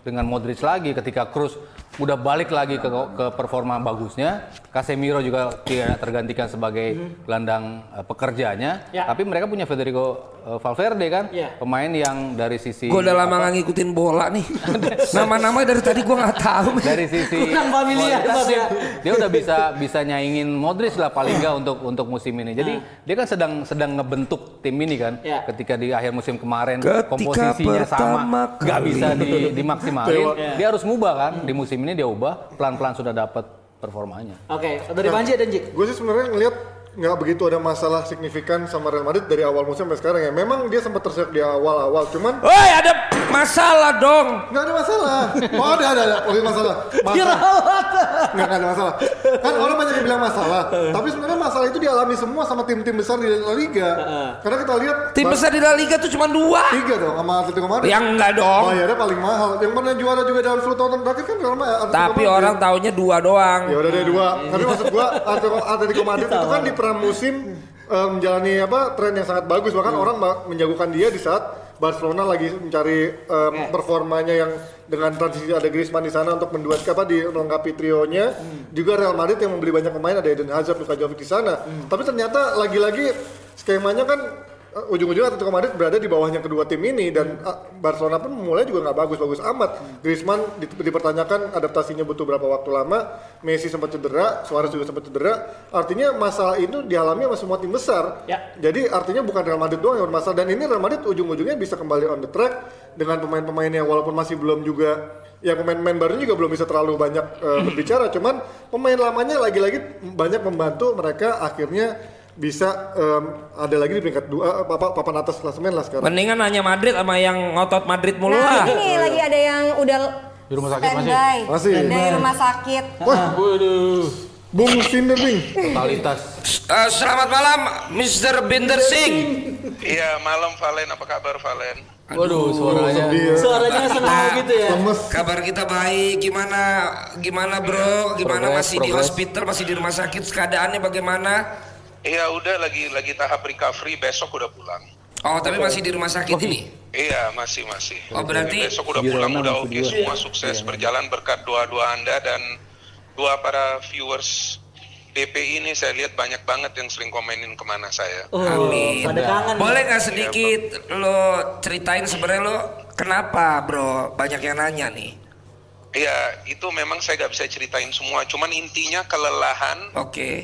dengan Modric lagi ketika Kroos udah balik lagi ke, ke performa bagusnya, Casemiro juga tidak tergantikan sebagai gelandang uh, pekerjanya, Ya. tapi mereka punya Federico uh, Valverde kan, Ya. pemain yang dari sisi Gue udah lama nggak ngikutin bola nih. Nama-nama dari tadi gue nggak tahu. dari sisi Kurang familiar kualitas Bang, dia, ya. dia udah bisa bisa nyaingin Modric lah paling nggak untuk untuk musim ini. Jadi dia kan sedang sedang ngebentuk tim ini kan. Ya. Ketika di akhir musim kemarin Ketika komposisinya pertama sama, nggak kali. bisa di, dimaksimalin. Ya. Dia harus ngubah kan. Di musim ini dia ubah, pelan-pelan sudah dapat performanya. Oke, dari Panji dan Jik. Gue sih sebenarnya ngelihat nggak begitu ada masalah signifikan sama Real Madrid dari awal musim sampai sekarang ya. Memang dia sempat terseok di awal-awal, cuman Woi, ada masalah dong. nggak ada masalah. Oh ada ada ada, oh, masalah. Masalah. Nggak nggak ada masalah. Kan orang banyak yang bilang masalah, tapi sebenarnya masalah itu dialami semua sama tim-tim besar di La Liga. Karena kita lihat Tim besar di La Liga tuh cuma dua. tiga dong sama Atletico Madrid. Yang enggak dong. Bayarnya paling mahal. Yang pernah juara juga dalam sepuluh tahun terakhir kan Real Madrid. Atletico Tapi Madrid. orang taunya dua doang. Ya udah deh dua. Tapi maksud gua Atletico Atletico Madrid itu kan di pramusim eh, menjalani apa tren yang sangat bagus, bahkan orang ma- menjagokan dia di saat Barcelona lagi mencari em, performanya yang dengan transisi ada Griezmann di sana untuk menduet apa di melengkapi trionya. Juga Real Madrid yang membeli banyak pemain, ada Eden Hazard, Luka Jovic di sana. Tapi ternyata lagi-lagi skemanya kan uh, ujung-ujungnya Atletico Madrid berada di bawahnya kedua tim ini dan uh, Barcelona pun mulai juga nggak bagus-bagus amat. Griezmann di- dipertanyakan adaptasinya butuh berapa waktu lama. Messi sempat cedera, Suarez juga sempat cedera. Artinya masalah itu dialami sama semua tim besar. Ya. Jadi artinya bukan Real Madrid doang yang bermasalah, dan ini Real Madrid ujung-ujungnya bisa kembali on the track dengan pemain-pemain yang walaupun masih belum juga, ya pemain-pemain barunya juga belum bisa terlalu banyak uh, berbicara, cuman pemain lamanya lagi-lagi banyak membantu mereka akhirnya bisa um, ada lagi di peringkat dua apa papan atas klasemen lah sekarang. Mendingan nanya Madrid sama yang ngotot Madrid mulu Nah, lah. ini lagi ada yang udah Di rumah sakit masih? standby Masih. dari rumah sakit. Wah, Waduh, Bung Sinderbing. totalitas. Eh, selamat malam, mister Binder Singh. Iya, malam Valen, apa kabar Valen? Waduh, suaranya. Dia Suaranya senang gitu ya. lemes. Kabar kita baik, gimana gimana bro? Gimana Progres, masih di progres. hospital, masih di rumah sakit? Keadaannya bagaimana? Iya, udah lagi lagi tahap recovery, besok udah pulang. Oh, tapi masih di rumah sakit ini. Iya, masih masih. Oh, berarti besok udah Girona pulang, udah masih oke, dua. semua sukses berjalan berkat doa-doa Anda dan doa para viewers D P I ini. Saya lihat banyak banget yang sering komenin kemana saya. Oh, Amin. pada kangen. Boleh nggak sedikit lo ceritain sebenarnya lo kenapa bro? Banyak yang nanya nih. Iya, itu memang saya nggak bisa ceritain semua. Cuman intinya kelelahan, Oke.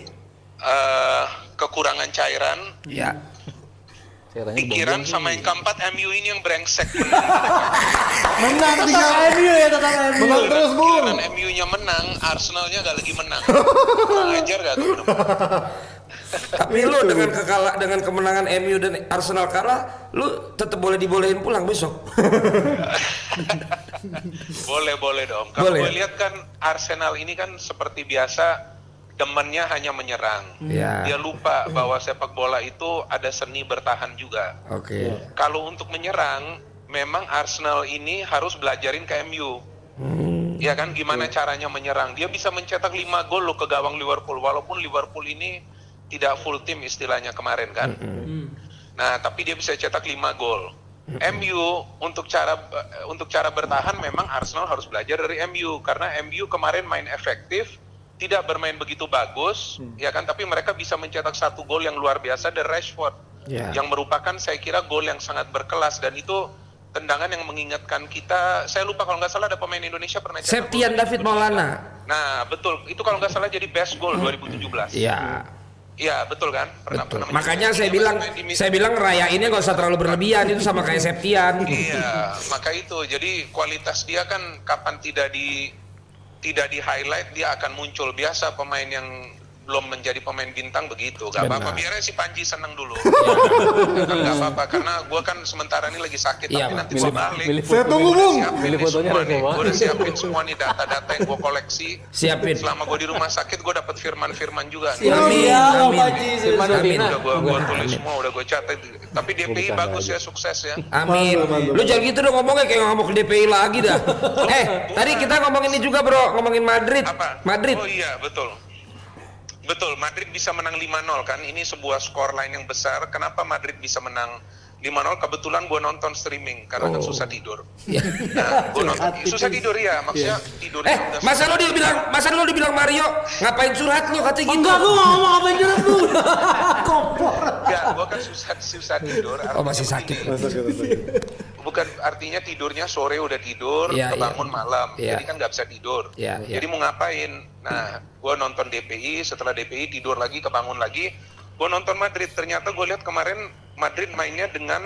eh, kekurangan cairan, Ya. Caranya pikiran, bongkar. sama yang keempat M U ini yang brengsek menang. Menang Tetap tiga. M U ya, tetap M U. Menang terus, Bung. Giliran M U-nya menang, Arsenalnya gak lagi menang. Kurang ajar gak tuh? Tapi lu dengan kekalah dengan kemenangan M U dan Arsenal kalah, lu tetap boleh dibolehin pulang besok. Boleh, boleh dong. Kalau Boleh. gue lihat kan Arsenal ini kan seperti biasa demennya hanya menyerang. Ya. Dia lupa bahwa sepak bola itu ada seni bertahan juga. Oke. Kalau untuk menyerang, memang Arsenal ini harus belajarin ke M U. Ya kan, gimana caranya menyerang. Dia bisa mencetak lima gol loh ke gawang Liverpool, walaupun Liverpool ini tidak full tim istilahnya kemarin kan. Nah, tapi dia bisa cetak lima gol. M U untuk cara untuk cara bertahan memang Arsenal harus belajar dari M U, karena M U kemarin main efektif, tidak bermain begitu bagus, ya kan, tapi mereka bisa mencetak satu gol yang luar biasa dari Rashford, Ya. yang merupakan saya kira gol yang sangat berkelas, dan itu tendangan yang mengingatkan kita. Saya lupa kalau nggak salah ada pemain Indonesia pernah cetak Septian gol. David Maulana. Nah betul, itu kalau nggak salah jadi best goal dua ribu tujuh belas. Iya. Iya betul kan? Pernah, Betul. pernah Makanya mencetak. saya bilang, Main di Miss- saya bilang rayainnya nggak usah terlalu berlebihan, itu sama kayak Septian. Iya, maka itu. Jadi kualitas dia kan kapan tidak di tidak di highlight dia akan muncul. Biasa pemain yang belum menjadi pemain bintang begitu. Gak Benar. apa-apa, biarnya si Panji seneng dulu. Gak apa-apa, karena gue kan sementara ini lagi sakit. Iya, tapi Pak. nanti Milih- gue balik. milih Saya foto- tunggu, Gua udah Bung. siapin Milih nih fotonya semua ada nih. semua. Gue udah siapin semua nih data-data yang gue koleksi. Siapin. Selama gue di rumah sakit, gue dapet firman-firman juga. nih. Siap, Amin, siap, Bang amin. Panji. Firman Siap. Amin. Udah gue Amin. tulis semua, udah gue catat. Tapi D P I bagus ya, sukses ya. Amin. Lu jangan gitu dong ngomongnya kayak ngomong ke D P I lagi dah. Eh, tadi kita ngomongin ini juga bro, ngomongin Madrid. Apa? Madrid. Oh iya, betul. Betul, Madrid bisa menang lima nol kan. Ini sebuah skor lain yang besar. Kenapa Madrid bisa menang lima nol kebetulan gue nonton streaming karena kan Oh. susah tidur. Iya. Nah, gue nonton susah tidur ya, maksudnya tidur. Eh, masa lu dibilang, masa lu dibilang Mario ngapain curhat lu katanya gitu? Enggak, gue nggak ngomong apa yang curhat lu. Kompor. Enggak, gue kan susah susah tidur. Oh, masih artinya sakit. begini. Bukan artinya tidurnya sore udah tidur, Iya, kebangun iya. malam, Iya. jadi kan nggak bisa tidur. Iya, iya. Jadi mau ngapain? Nah, gue nonton D P I, setelah D P I tidur lagi, kebangun lagi. Gue nonton Madrid, ternyata gue lihat kemarin Madrid mainnya dengan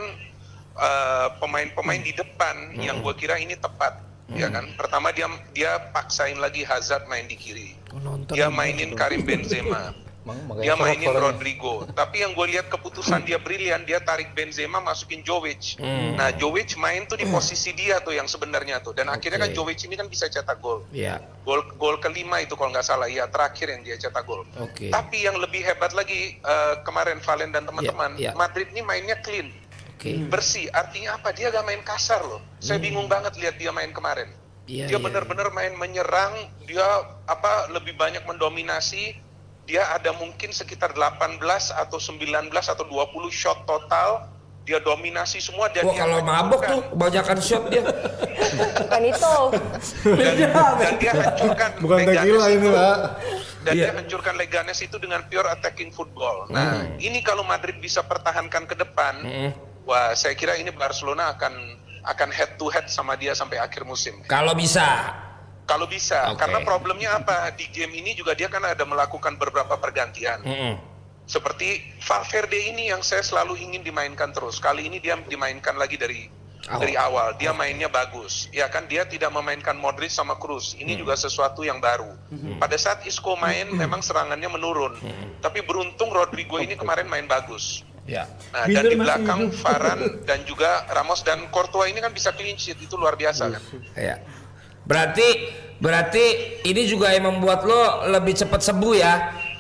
uh, pemain-pemain di depan Hmm. yang gue kira ini tepat. Ya kan, pertama dia dia paksain lagi Hazard main di kiri, dia mainin Karim Benzema, dia mainin Rodrigo. Tapi yang gue lihat keputusan dia brilian, dia tarik Benzema masukin Jovic. Hmm. Nah Jovic main tuh di posisi dia tuh yang sebenarnya tuh, dan akhirnya kan Jovic ini kan bisa cetak gol. Iya. Gol gol kelima itu kalau nggak salah, ya terakhir yang dia cetak gol. Oke. Tapi yang lebih hebat lagi uh, kemarin Valen dan teman-teman, Ya, ya. Madrid ini mainnya clean. Oke. Bersih, artinya apa? Dia gak main kasar loh. Saya bingung banget lihat dia main kemarin. Iya, dia iya. benar-benar main menyerang, dia apa lebih banyak mendominasi. Dia ada mungkin sekitar delapan belas atau sembilan belas atau dua puluh shot total. Dia dominasi semua dan Wah, dia kalau mabok tuh kebanyakan shot dia. Bukan itu. dan, dan dia hancurkan Bukan Leganes tequila ini, itu. Pak. Dan Iya. dia hancurkan Leganes itu dengan pure attacking football. Nah, ini kalau Madrid bisa pertahankan ke depan, Mm. wah, saya kira ini Barcelona akan akan head to head sama dia sampai akhir musim. Kalau bisa. Kalau bisa, Oke. karena problemnya apa? Di game ini juga dia kan ada melakukan beberapa pergantian. Mm-mm. Seperti Valverde ini yang saya selalu ingin dimainkan terus. Kali ini dia dimainkan lagi dari Awal. dari awal. Dia mainnya bagus. Ya kan, dia tidak memainkan Modric sama Kroos. Ini juga sesuatu yang baru. Pada saat Isco main, memang serangannya menurun. Tapi beruntung Rodrigo ini kemarin main bagus. Ya. Nah, dan di belakang Varane dan juga Ramos dan Courtois ini kan bisa clean sheet, itu luar biasa kan. Ya. Berarti berarti ini juga yang membuat lo lebih cepat sembuh ya.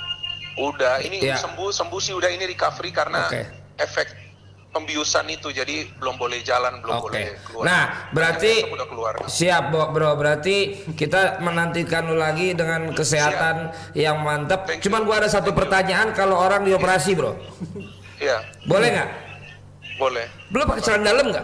Udah, ini Ya. sembuh sembuh sih udah, ini recovery karena Oke. efek pembiusan itu, jadi belum boleh jalan, belum Oke. boleh keluar. Nah, berarti Besok udah keluar. siap Bo- bro. Berarti kita menantikan lu lagi dengan kesehatan yang mantap. Thank you. Cuman gua ada satu pertanyaan, kalau orang dioperasi bro, Iya, boleh nggak? boleh. Belum pakai celana dalam nggak?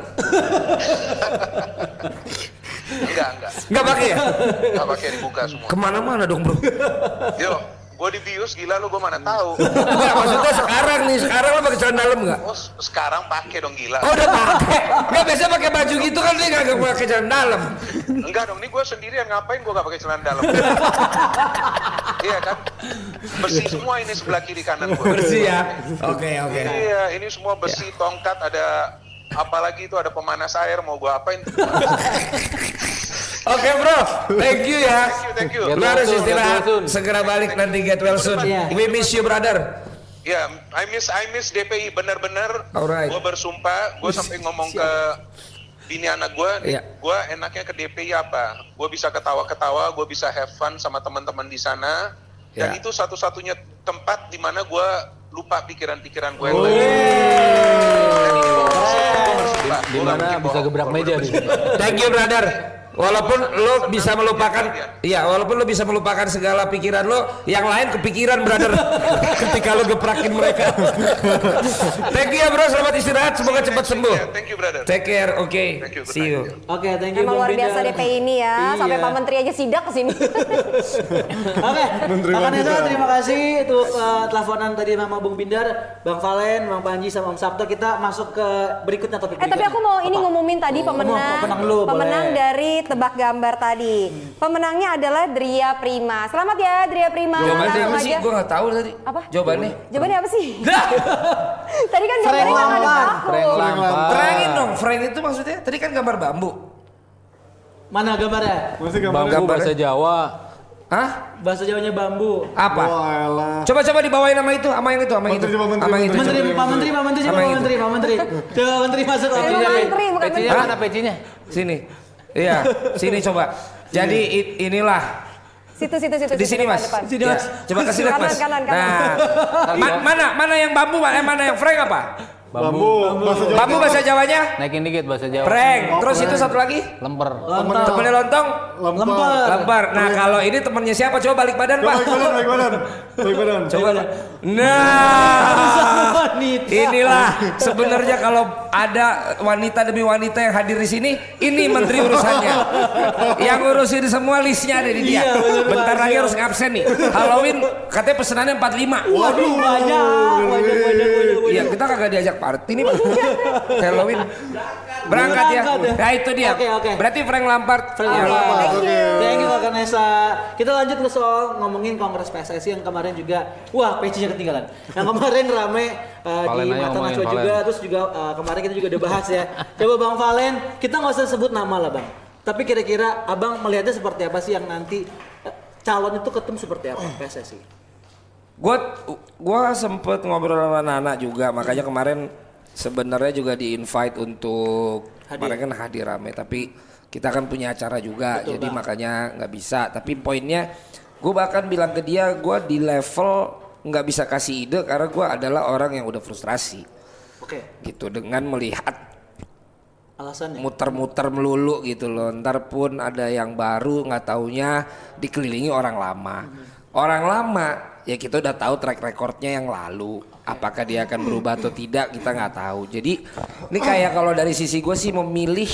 Enggak, enggak. Nggak pakai ya? Enggak pakai, dibuka semua. Kemana-mana dong bro. Yo, gue dibius gila lu, gue mana tahu. Nggak, maksudnya sekarang nih, sekarang lo pakai celana dalam nggak? Oh, s- sekarang pakai dong gila. Oh udah pakai. Nggak, biasa pakai baju gitu kan dia nggak pakai celana dalam. Enggak dong, ini gue sendirian, ngapain gue gak pakai celana dalam? Iya kan? Bersih semua ini sebelah kiri kanan gue. Bersih ya. Oke oke. Iya, ini semua besi, tongkat, ada apalagi itu ada pemanas air, mau gue apain? Oke bro, thank you ya. Thank you, thank you. Get Lu harus well soon, istirahat, get well soon. segera balik nanti get well soon. Iya. We miss you brother. Ya, I miss I miss D P I benar-benar. Alright. Gue bersumpah, gue sampai ngomong ke bini anak gue, Iya. gue enaknya ke D P I apa? Gue bisa ketawa-ketawa, gue bisa have fun sama teman-teman di sana. Dan Iya. itu satu-satunya tempat di mana gue lupa pikiran-pikiran gue. Oh. yang lain. Di mana bisa gebrak meja nih. Thank you brother. Walaupun lo bisa melupakan, iya, walaupun lo bisa melupakan segala pikiran lo, yang lain kepikiran brother. Ketika lo geprakin mereka. Thank you ya bro, selamat istirahat, semoga cepat sembuh. Thank you brother. Take care, oke, Thank you, good see you. night. Oke, thank you Emang Bang luar biasa Bindar. D P I ini ya, sampai Iya. Pak Menteri aja sidak ke sini. Oke, Pak Nesa, terima kasih untuk uh, teleponan tadi sama Bung Bindar, Bang Valen, Bang Panji sama Om Sabto. Kita masuk ke berikutnya topik Eh tapi berikutnya. aku mau ini Apa? ngumumin tadi Oh, pemenang, pemenang lu, pemenang boleh. dari tebak gambar tadi. Pemenangnya adalah Dria Prima. Selamat ya Dria Prima. Jawabannya Langsung apa sih? aja. Gue nggak tahu tadi. Apa? Jawabannya. Jawabannya apa sih? Tadi kan Frank gambarnya nggak ada Lampard. aku. Frank Lampard. Terangin dong, frame itu maksudnya. Tadi kan gambar bambu. Mana gambarnya? Masih gambar. Bambu Gambarnya. bahasa Jawa. Hah? Bahasa Jawanya bambu. Apa? Walah. Coba-coba dibawain nama itu, sama yang itu, sama yang itu. Menteri, coba menteri, Sama yang itu. Menteri, Menteri, Pak Menteri, Pak Menteri, Sama Pak yang Menteri, Pak Menteri. Coba Menteri masuk. Eh, Menteri. Pak Menteri, bukan Pecinya Menteri. mana pecinya? Sini. Iya, sini coba. Jadi i- inilah Situ, situ, situ. di situ, sini depan, mas. depan. Ya, coba kasih lihat Kanan, mas. kanan, kanan. Nah, ma- mana mana yang bambu, eh, mana yang Frank apa? Bambu. Bahasa Jawa. Bambu bahasa Jawanya? Naikin dikit bahasa Jawa. Prank. Terus itu satu lagi? Lemper. Lontong. Temennya lontong? Lemper. Lempar. Nah kalau ini temennya siapa? Coba balik badan Pak. Balik badan, balik badan. Balik badan. Coba. Nah, Wanita. inilah sebenarnya kalau ada wanita demi wanita yang hadir di sini, ini menteri urusannya. Yang ngurusin semua listnya ada di dia. Iya, bener, Bentar Pak. lagi harus ngabsen nih. Halloween katanya pesenannya empat puluh lima. Waduh, banyak. Banyak, banyak, banyak. Iya, kita kagak diajak party nih Pak. Halloween. Berangkat ya. Berangkat ya. Nah itu dia. Oke, oke. Berarti Frank Lampard. Frank Ya. Lampard. Oke. Thank you Kak Nesa. Kita lanjut ke soal ngomongin Kongres P S S I yang kemarin juga, wah pecinya ketinggalan. Yang kemarin rame uh, di Valen aja Mata ngomongin Najwa Valen. juga, terus juga uh, kemarin kita juga udah bahas ya. Coba Bang Valen, kita nggak usah sebut nama lah Bang. Tapi kira-kira Abang melihatnya seperti apa sih yang nanti uh, calon itu ketemu seperti apa P S S I? Gue gua sempet ngobrol sama Nana juga, makanya kemarin sebenarnya juga di-invite untuk Hadir. kemarin kan hadir rame, tapi kita kan punya acara juga, Betul, jadi Bang. makanya nggak bisa. Tapi poinnya, gue bahkan bilang ke dia, gue di level nggak bisa kasih ide karena gue adalah orang yang udah frustrasi, Oke, gitu dengan melihat alasannya. muter-muter melulu gitu loh. Ntar pun ada yang baru nggak taunya dikelilingi orang lama. Orang lama ya kita udah tahu track recordnya yang lalu. Apakah dia akan berubah atau tidak kita nggak tahu. Jadi ini kayak kalau dari sisi gue sih memilih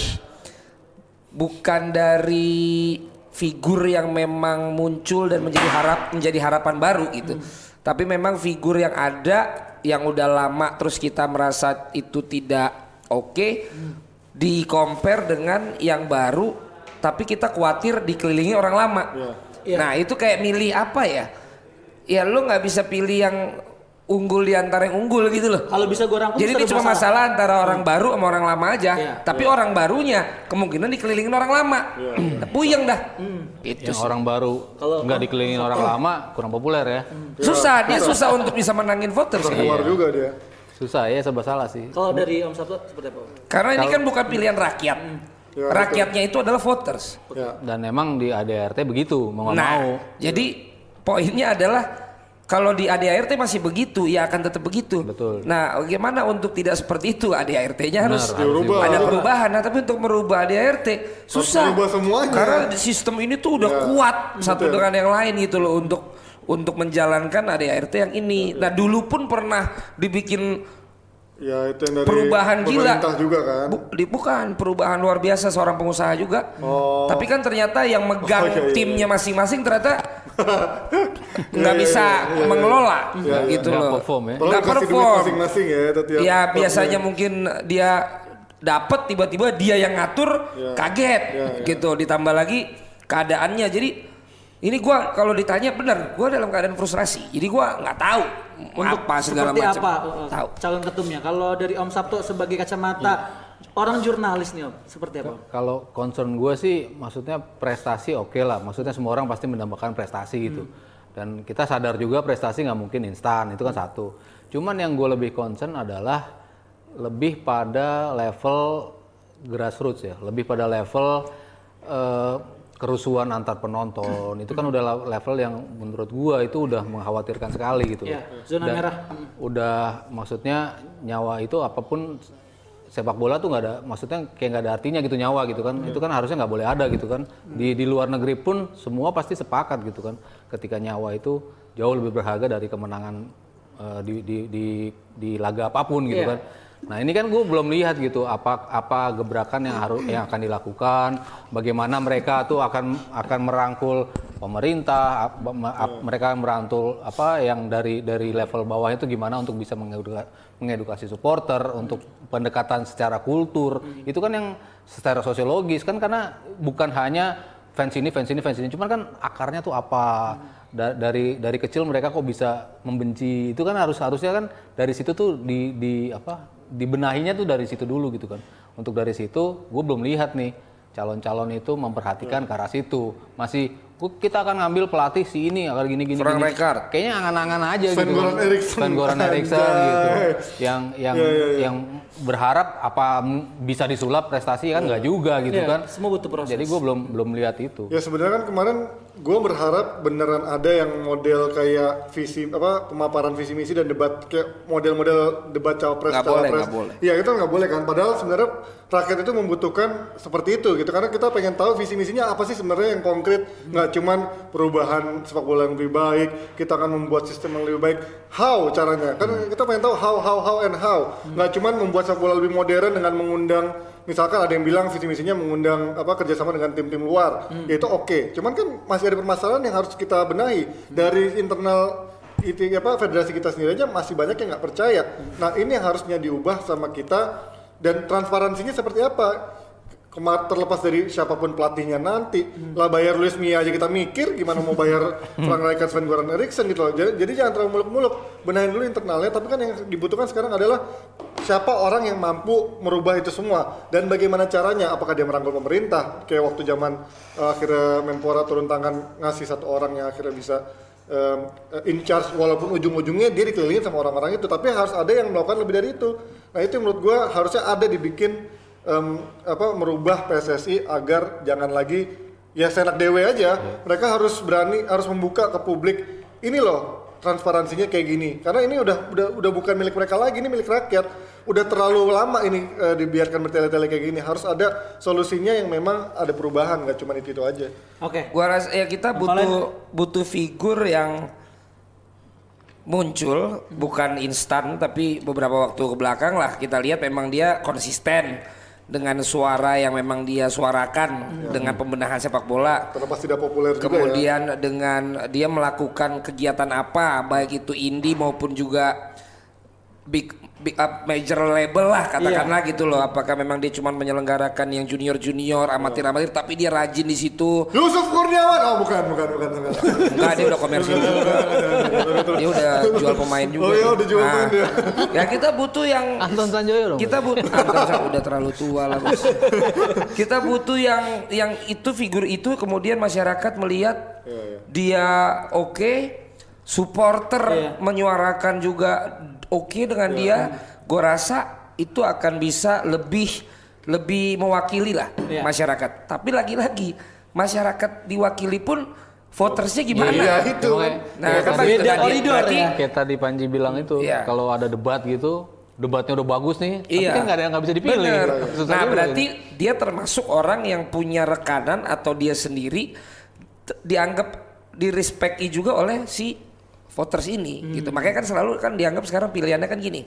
bukan dari figur yang memang muncul dan menjadi harap menjadi harapan baru gitu. Tapi memang figur yang ada yang udah lama terus kita merasa itu tidak oke. Di compare dengan yang baru tapi kita khawatir dikelilingi orang lama. Iya. Nah itu kayak milih apa ya? Ya lu nggak bisa pilih yang unggul di antara yang unggul gitu loh. Kalau bisa gue rangkum, Jadi ini serba cuma salah. masalah antara orang baru sama orang lama aja. Iya. Tapi orang barunya kemungkinan dikelilingin orang lama. Nah, puyeng dah. Itu Yang sih. orang baru Kalau- nggak dikelilingin orang lama kurang populer ya. Susah, dia susah untuk bisa menangin voters. Keluar juga dia. Susah ya, serba salah sih. Kalau dari Om Sabto seperti apa? Karena ini kan bukan pilihan rakyat. Ya, Rakyatnya itu adalah voters. Ya. Dan emang di A D R T begitu, mau nggak Nah, mau. jadi poinnya adalah kalau di A D A R T masih begitu, ya akan tetap begitu. Betul. Nah, bagaimana untuk tidak seperti itu? A D A R T-nya harus Benar, harus dirubah. ada perubahan. Nah, tapi untuk merubah A D A R T susah. merubah semuanya. Karena sistem ini tuh udah Ya, kuat satu betul. dengan yang lain gitu loh untuk untuk menjalankan A D A R T yang ini. Nah, dulu pun pernah dibikin Ya itu yang dari perubahan gila. pemerintah juga kan. Bu- di- bukan perubahan luar biasa seorang pengusaha juga. Oh. Tapi kan ternyata yang megang Oh, iya, iya. timnya masing-masing ternyata nggak Iya, bisa iya, iya, iya. mengelola Iya, iya. gitu Nggak loh. perform ya. Padahal Nggak dikasih duit perform. masing-masing ya itu tiap- Ya tiap biasanya bulan. mungkin dia dapat tiba-tiba dia yang ngatur Iya. kaget Iya, iya. gitu. Ditambah lagi keadaannya. Jadi ini gua kalau ditanya benar, gua dalam keadaan frustrasi. Jadi gua nggak tahu Untuk apa segala seperti macam. apa uh, Tahu. calon ketumnya? Kalau dari Om Sabto sebagai kacamata orang jurnalis nih Om, seperti apa? Kalau concern gue sih, maksudnya prestasi oke lah. Maksudnya semua orang pasti mendambakan prestasi gitu. Dan kita sadar juga prestasi nggak mungkin instan, itu kan satu. Cuman yang gue lebih concern adalah lebih pada level grassroots ya, lebih pada level eh, kerusuhan antar penonton. Itu kan udah la- level yang menurut gue itu udah mengkhawatirkan sekali gitu. Iya, loh. zona Dan merah. Udah maksudnya nyawa itu apapun sepak bola tuh nggak ada, maksudnya kayak nggak ada artinya gitu nyawa gitu kan. Itu kan harusnya nggak boleh ada gitu kan. Di di luar negeri pun semua pasti sepakat gitu kan. Ketika nyawa itu jauh lebih berharga dari kemenangan eh, di, di di di laga apapun gitu Iya. kan. Nah ini kan gue belum lihat gitu apa apa gebrakan yang harus yang akan dilakukan, bagaimana mereka tuh akan akan merangkul pemerintah, ap- me- ap- mereka merangkul apa yang dari dari level bawah itu gimana untuk bisa mengeduka- mengedukasi supporter, untuk pendekatan secara kultur, itu kan yang secara sosiologis kan karena bukan hanya fans ini fans ini fans ini, cuman kan akarnya tuh apa. Da- dari dari kecil mereka kok bisa membenci, itu kan harus harusnya kan dari situ tuh di di apa dibenahinya tuh dari situ dulu gitu kan. Untuk dari situ gue belum lihat nih calon-calon itu memperhatikan ke arah situ. Masih "Gua- kita akan ngambil pelatih si ini akan gini gini Frank gini." Rijkaard. Kayaknya angan-angan aja Sven gitu. Goran kan. Eriksson. Sven Goran Eriksson gitu. Anjay. Yang yang Iya, iya, iya. yang berharap apa m- bisa disulap prestasi kan nggak juga gitu Iya, kan. semua butuh proses. Jadi gue belum belum lihat itu. Ya sebenarnya kan kemarin gue berharap beneran ada yang model kayak visi apa pemaparan visi misi dan debat kayak model-model debat cawapres Nggak boleh, cawapres. nggak boleh. Iya itu nggak boleh kan. Padahal sebenarnya rakyat itu membutuhkan seperti itu gitu karena kita pengen tahu visi misinya apa sih sebenarnya yang konkret. Nggak cuman perubahan sepak bola yang lebih baik. Kita akan membuat sistem yang lebih baik. How caranya? Kan kita pengen tahu how how how and how. Nggak cuman membuat sepak bola lebih modern dengan mengundang misalkan ada yang bilang visi misinya mengundang apa kerjasama dengan tim-tim luar, hmm. ya itu oke. Okay. Cuman kan masih ada permasalahan yang harus kita benahi dari internal itu apa federasi kita sendiri aja masih banyak yang nggak percaya. Nah ini yang harusnya diubah sama kita dan transparansinya seperti apa? Kemar terlepas dari siapapun pelatihnya nanti hmm. lah bayar Luis Mia aja kita mikir gimana mau bayar Frank Rijkaard, Sven Goran Eriksson gitu loh. Jadi, jadi jangan terlalu muluk-muluk, benahin dulu internalnya. Tapi kan yang dibutuhkan sekarang adalah siapa orang yang mampu merubah itu semua dan bagaimana caranya. Apakah dia merangkul pemerintah kayak waktu zaman uh, akhirnya Menpora turun tangan ngasih satu orang yang akhirnya bisa um, in charge walaupun ujung-ujungnya dia dikelilingin sama orang-orang itu. Tapi harus ada yang melakukan lebih dari itu. Nah itu menurut gue harusnya ada dibikin Um, apa merubah P S S I agar jangan lagi ya senak dewe aja. Yeah. Mereka harus berani harus membuka ke publik. Ini loh transparansinya kayak gini. Karena ini udah udah udah bukan milik mereka lagi, ini milik rakyat. Udah terlalu lama ini uh, dibiarkan bertele-tele kayak gini. Harus ada solusinya yang memang ada perubahan, nggak cuma itu itu aja. Oke. Okay. Gua rasa ya kita butuh butuh figur yang muncul bukan instan tapi beberapa waktu ke belakang lah kita lihat memang dia konsisten dengan suara yang memang dia suarakan hmm. dengan pembenahan sepak bola. Terlepas tidak populer kemudian juga ya. Dengan dia melakukan kegiatan apa baik itu indie maupun juga big big up major label lah katakanlah iya. gitu loh. Apakah memang dia cuma menyelenggarakan yang junior junior amatir amatir tapi dia rajin di situ. Yusuf Kurniawan oh bukan bukan bukan bukan. Enggak dia udah komersil juga. Dia udah jual pemain juga. Oh iya udah jual pemain dia. Ya kita butuh yang Anton Sanjoyo dong. Kita butuh Anton udah terlalu tua lah bos. Kita butuh yang yang itu figur itu kemudian masyarakat melihat iya, iya. dia oke, okay, supporter iya. menyuarakan juga oke okay dengan ya. dia, gue rasa itu akan bisa lebih lebih mewakili lah ya. masyarakat. Tapi lagi-lagi masyarakat diwakili pun votersnya gimana? Iya itu. Nah ya, kan beda koridor ya. Kayak tadi Panji bilang itu, ya. kalau ada debat gitu, debatnya udah bagus nih, iya. tapi kan nggak ada yang nggak bisa dipilih. Nah berarti ini. dia termasuk orang yang punya rekanan atau dia sendiri t- dianggap direspeki juga oleh si voters ini hmm. gitu. Makanya kan selalu kan dianggap sekarang pilihannya kan gini.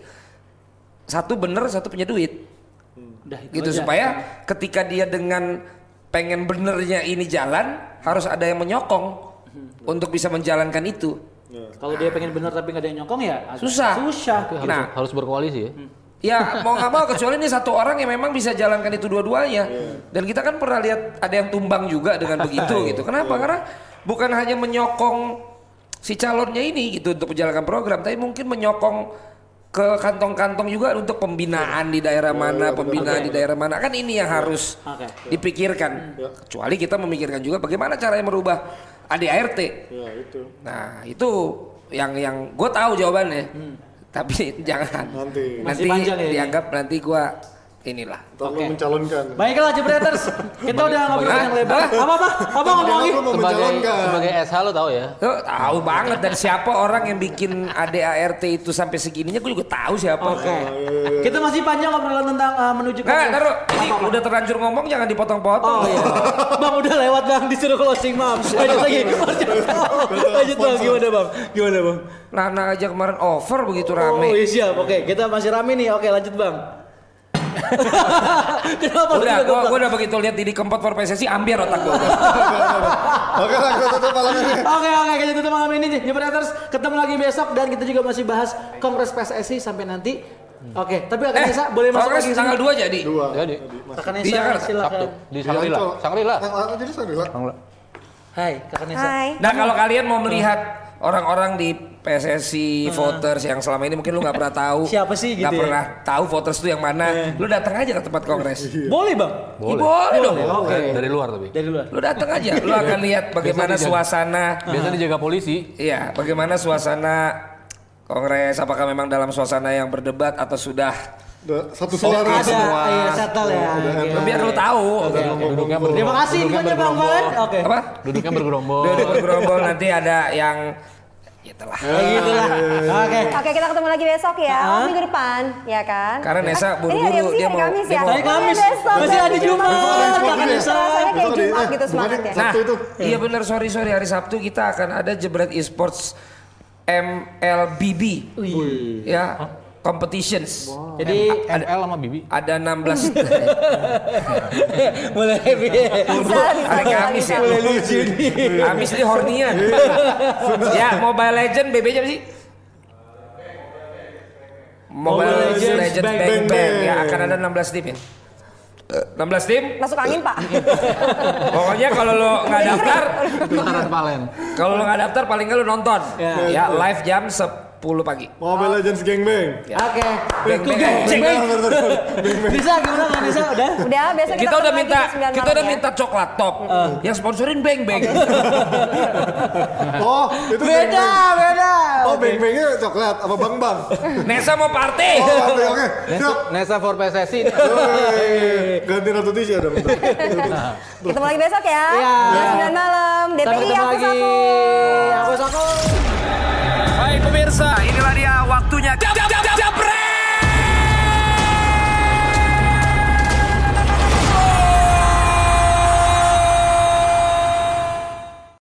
Satu bener, satu punya duit. Hmm. Udah, gitu aja. Supaya ketika dia dengan pengen benernya ini jalan, harus ada yang menyokong hmm. untuk bisa menjalankan itu. Ya. Kalau dia pengen bener tapi nggak ada yang nyokong ya susah. Susah. Harus, nah, harus berkoalisi ya. Hmm. Ya mau nggak mau kecuali ini satu orang yang memang bisa jalankan itu dua-duanya. Yeah. Dan kita kan pernah lihat ada yang tumbang juga dengan begitu gitu. Kenapa? Yeah. Karena bukan hanya menyokong si calonnya ini gitu untuk menjalankan program, tapi mungkin menyokong ke kantong-kantong juga untuk pembinaan di daerah mana, pembinaan okay. di daerah mana. Kan ini yang harus okay. dipikirkan. Hmm. Kecuali kita memikirkan juga bagaimana caranya merubah A D A R T. Ya, itu. Nah itu yang yang gue tahu jawabannya, hmm. tapi jangan nanti, nanti dianggap ini. nanti gue inilah. Okay. mencalonkan. Baiklah Jebreters, kita udah ngobrol yang lebar. Apa apa? Apa ngomongin? Sebagai sebagai S H lo tahu ya? Lo tahu banget dan siapa orang yang bikin A D A R T itu sampai segininya gue juga tahu siapa. Oke. Okay. Kita masih panjang ngobrolan tentang uh, menuju ke. Nah, taruh. Ini apa, udah terlanjur ngomong jangan dipotong-potong. Oh iya. Bang udah lewat Bang disuruh closing maaf. Lanjut lagi. Lanjut Bang gimana Bang? Gimana Bang? Nana aja kemarin over begitu rame. Oh iya siap. Oke, okay. kita masih rame nih. Oke, okay, lanjut Bang. Kenapa udah, gua, gua udah begitu lihat Didi Kempot for P S S I ambiar otak gua. Oke, kita tutup malam ini. Oke, oke, kita tutup malam ini nih. Jebreters, ketemu lagi besok dan kita juga masih bahas Kongres P S S I sampai nanti. Oke, okay, tapi Kak Nesa eh, boleh masuk lagi tanggal dua jadi. dua. Jadi. Kak Nesa silakan. Di Sangrila. Sangrila. Jadi Sangrila. Hai, Kak Nesa. Hai. Nah, kalau kalian mau melihat orang-orang di P S S I voters yang selama ini mungkin lu nggak pernah tahu siapa sih gitu nggak ya? pernah tahu voters itu yang mana, lu datang aja ke tempat kongres. Boleh Bang? Boleh, boleh dong. Oke. Okay. Dari luar tapi. Dari luar. Lu datang aja, lu akan lihat bagaimana suasana. Biasa dijaga polisi. Iya, bagaimana suasana kongres. Apakah memang dalam suasana yang berdebat atau sudah Udah satu Oh, suara ada, semua. iya settle ya. Oke. Biar lu tahu. Oke, duduknya bergerombol. Terima kasih Duduknya infonya Bang bergerombol. Valen. Oke. Apa? Duduknya bergerombol. Duduk bergerombol nanti ada yang itulah. Kayak gitu lah. Oke. Oke, kita ketemu lagi besok ya. Oh, minggu depan, ya kan? Karena Nesa Ini hari buru-buru apa sih? dia Hari mau Kamis dia ya? mau Hari Kamis. Besok, Masih hari Jumat. Besok Makan ada Nesa. Rasanya kayak Besok ada- Jumat gitu eh, semangatnya. Sabtu Nah, itu. iya benar, sorry sorry hari Sabtu kita akan ada Jebret Esports M L B B. Ya, competitions. Jadi M L sama Bibi. Ada enam belas boleh Bisa, bisa. hari Kamis ya. boleh lucu nih. Kamis ini hornian. Ya, Mobile Legend B B-nya apa sih? Mobile, Mobile Legends, Legends Bang, Bang Bang, Bang. ya akan ada enam belas tim ya. enam belas tim. Masuk angin, Pak. Pokoknya kalau lo nggak daftar, Kelaran Valen. kalau lo nggak daftar paling nggak lo nonton. Ya. Ya, live jam sepuluh pagi. Mobile Legends Gangbang. Oke. Bang, Kok bang, geng- bang, beng? Bisa gimana kan Nisa udah? Udah, besok kita, Kita udah ketemu minta lagi di sembilan kita malam udah ya. minta coklat top. Yang sponsorin Bang Bang. Oh, itu Beda, Gangbang. beda. Oh, Bang-Bangnya coklat apa Bang Bang? Nesa mau party. Oh, oke, oke. Siap. Nesa for P S S I. Woi, ganti Ratu Tisha dong. Ketemu lagi besok ya. Iya. Jam sembilan malam. D P Sampai I ketemu aku lagi. satu. Aku Sako. Hai pemirsa, inilah dia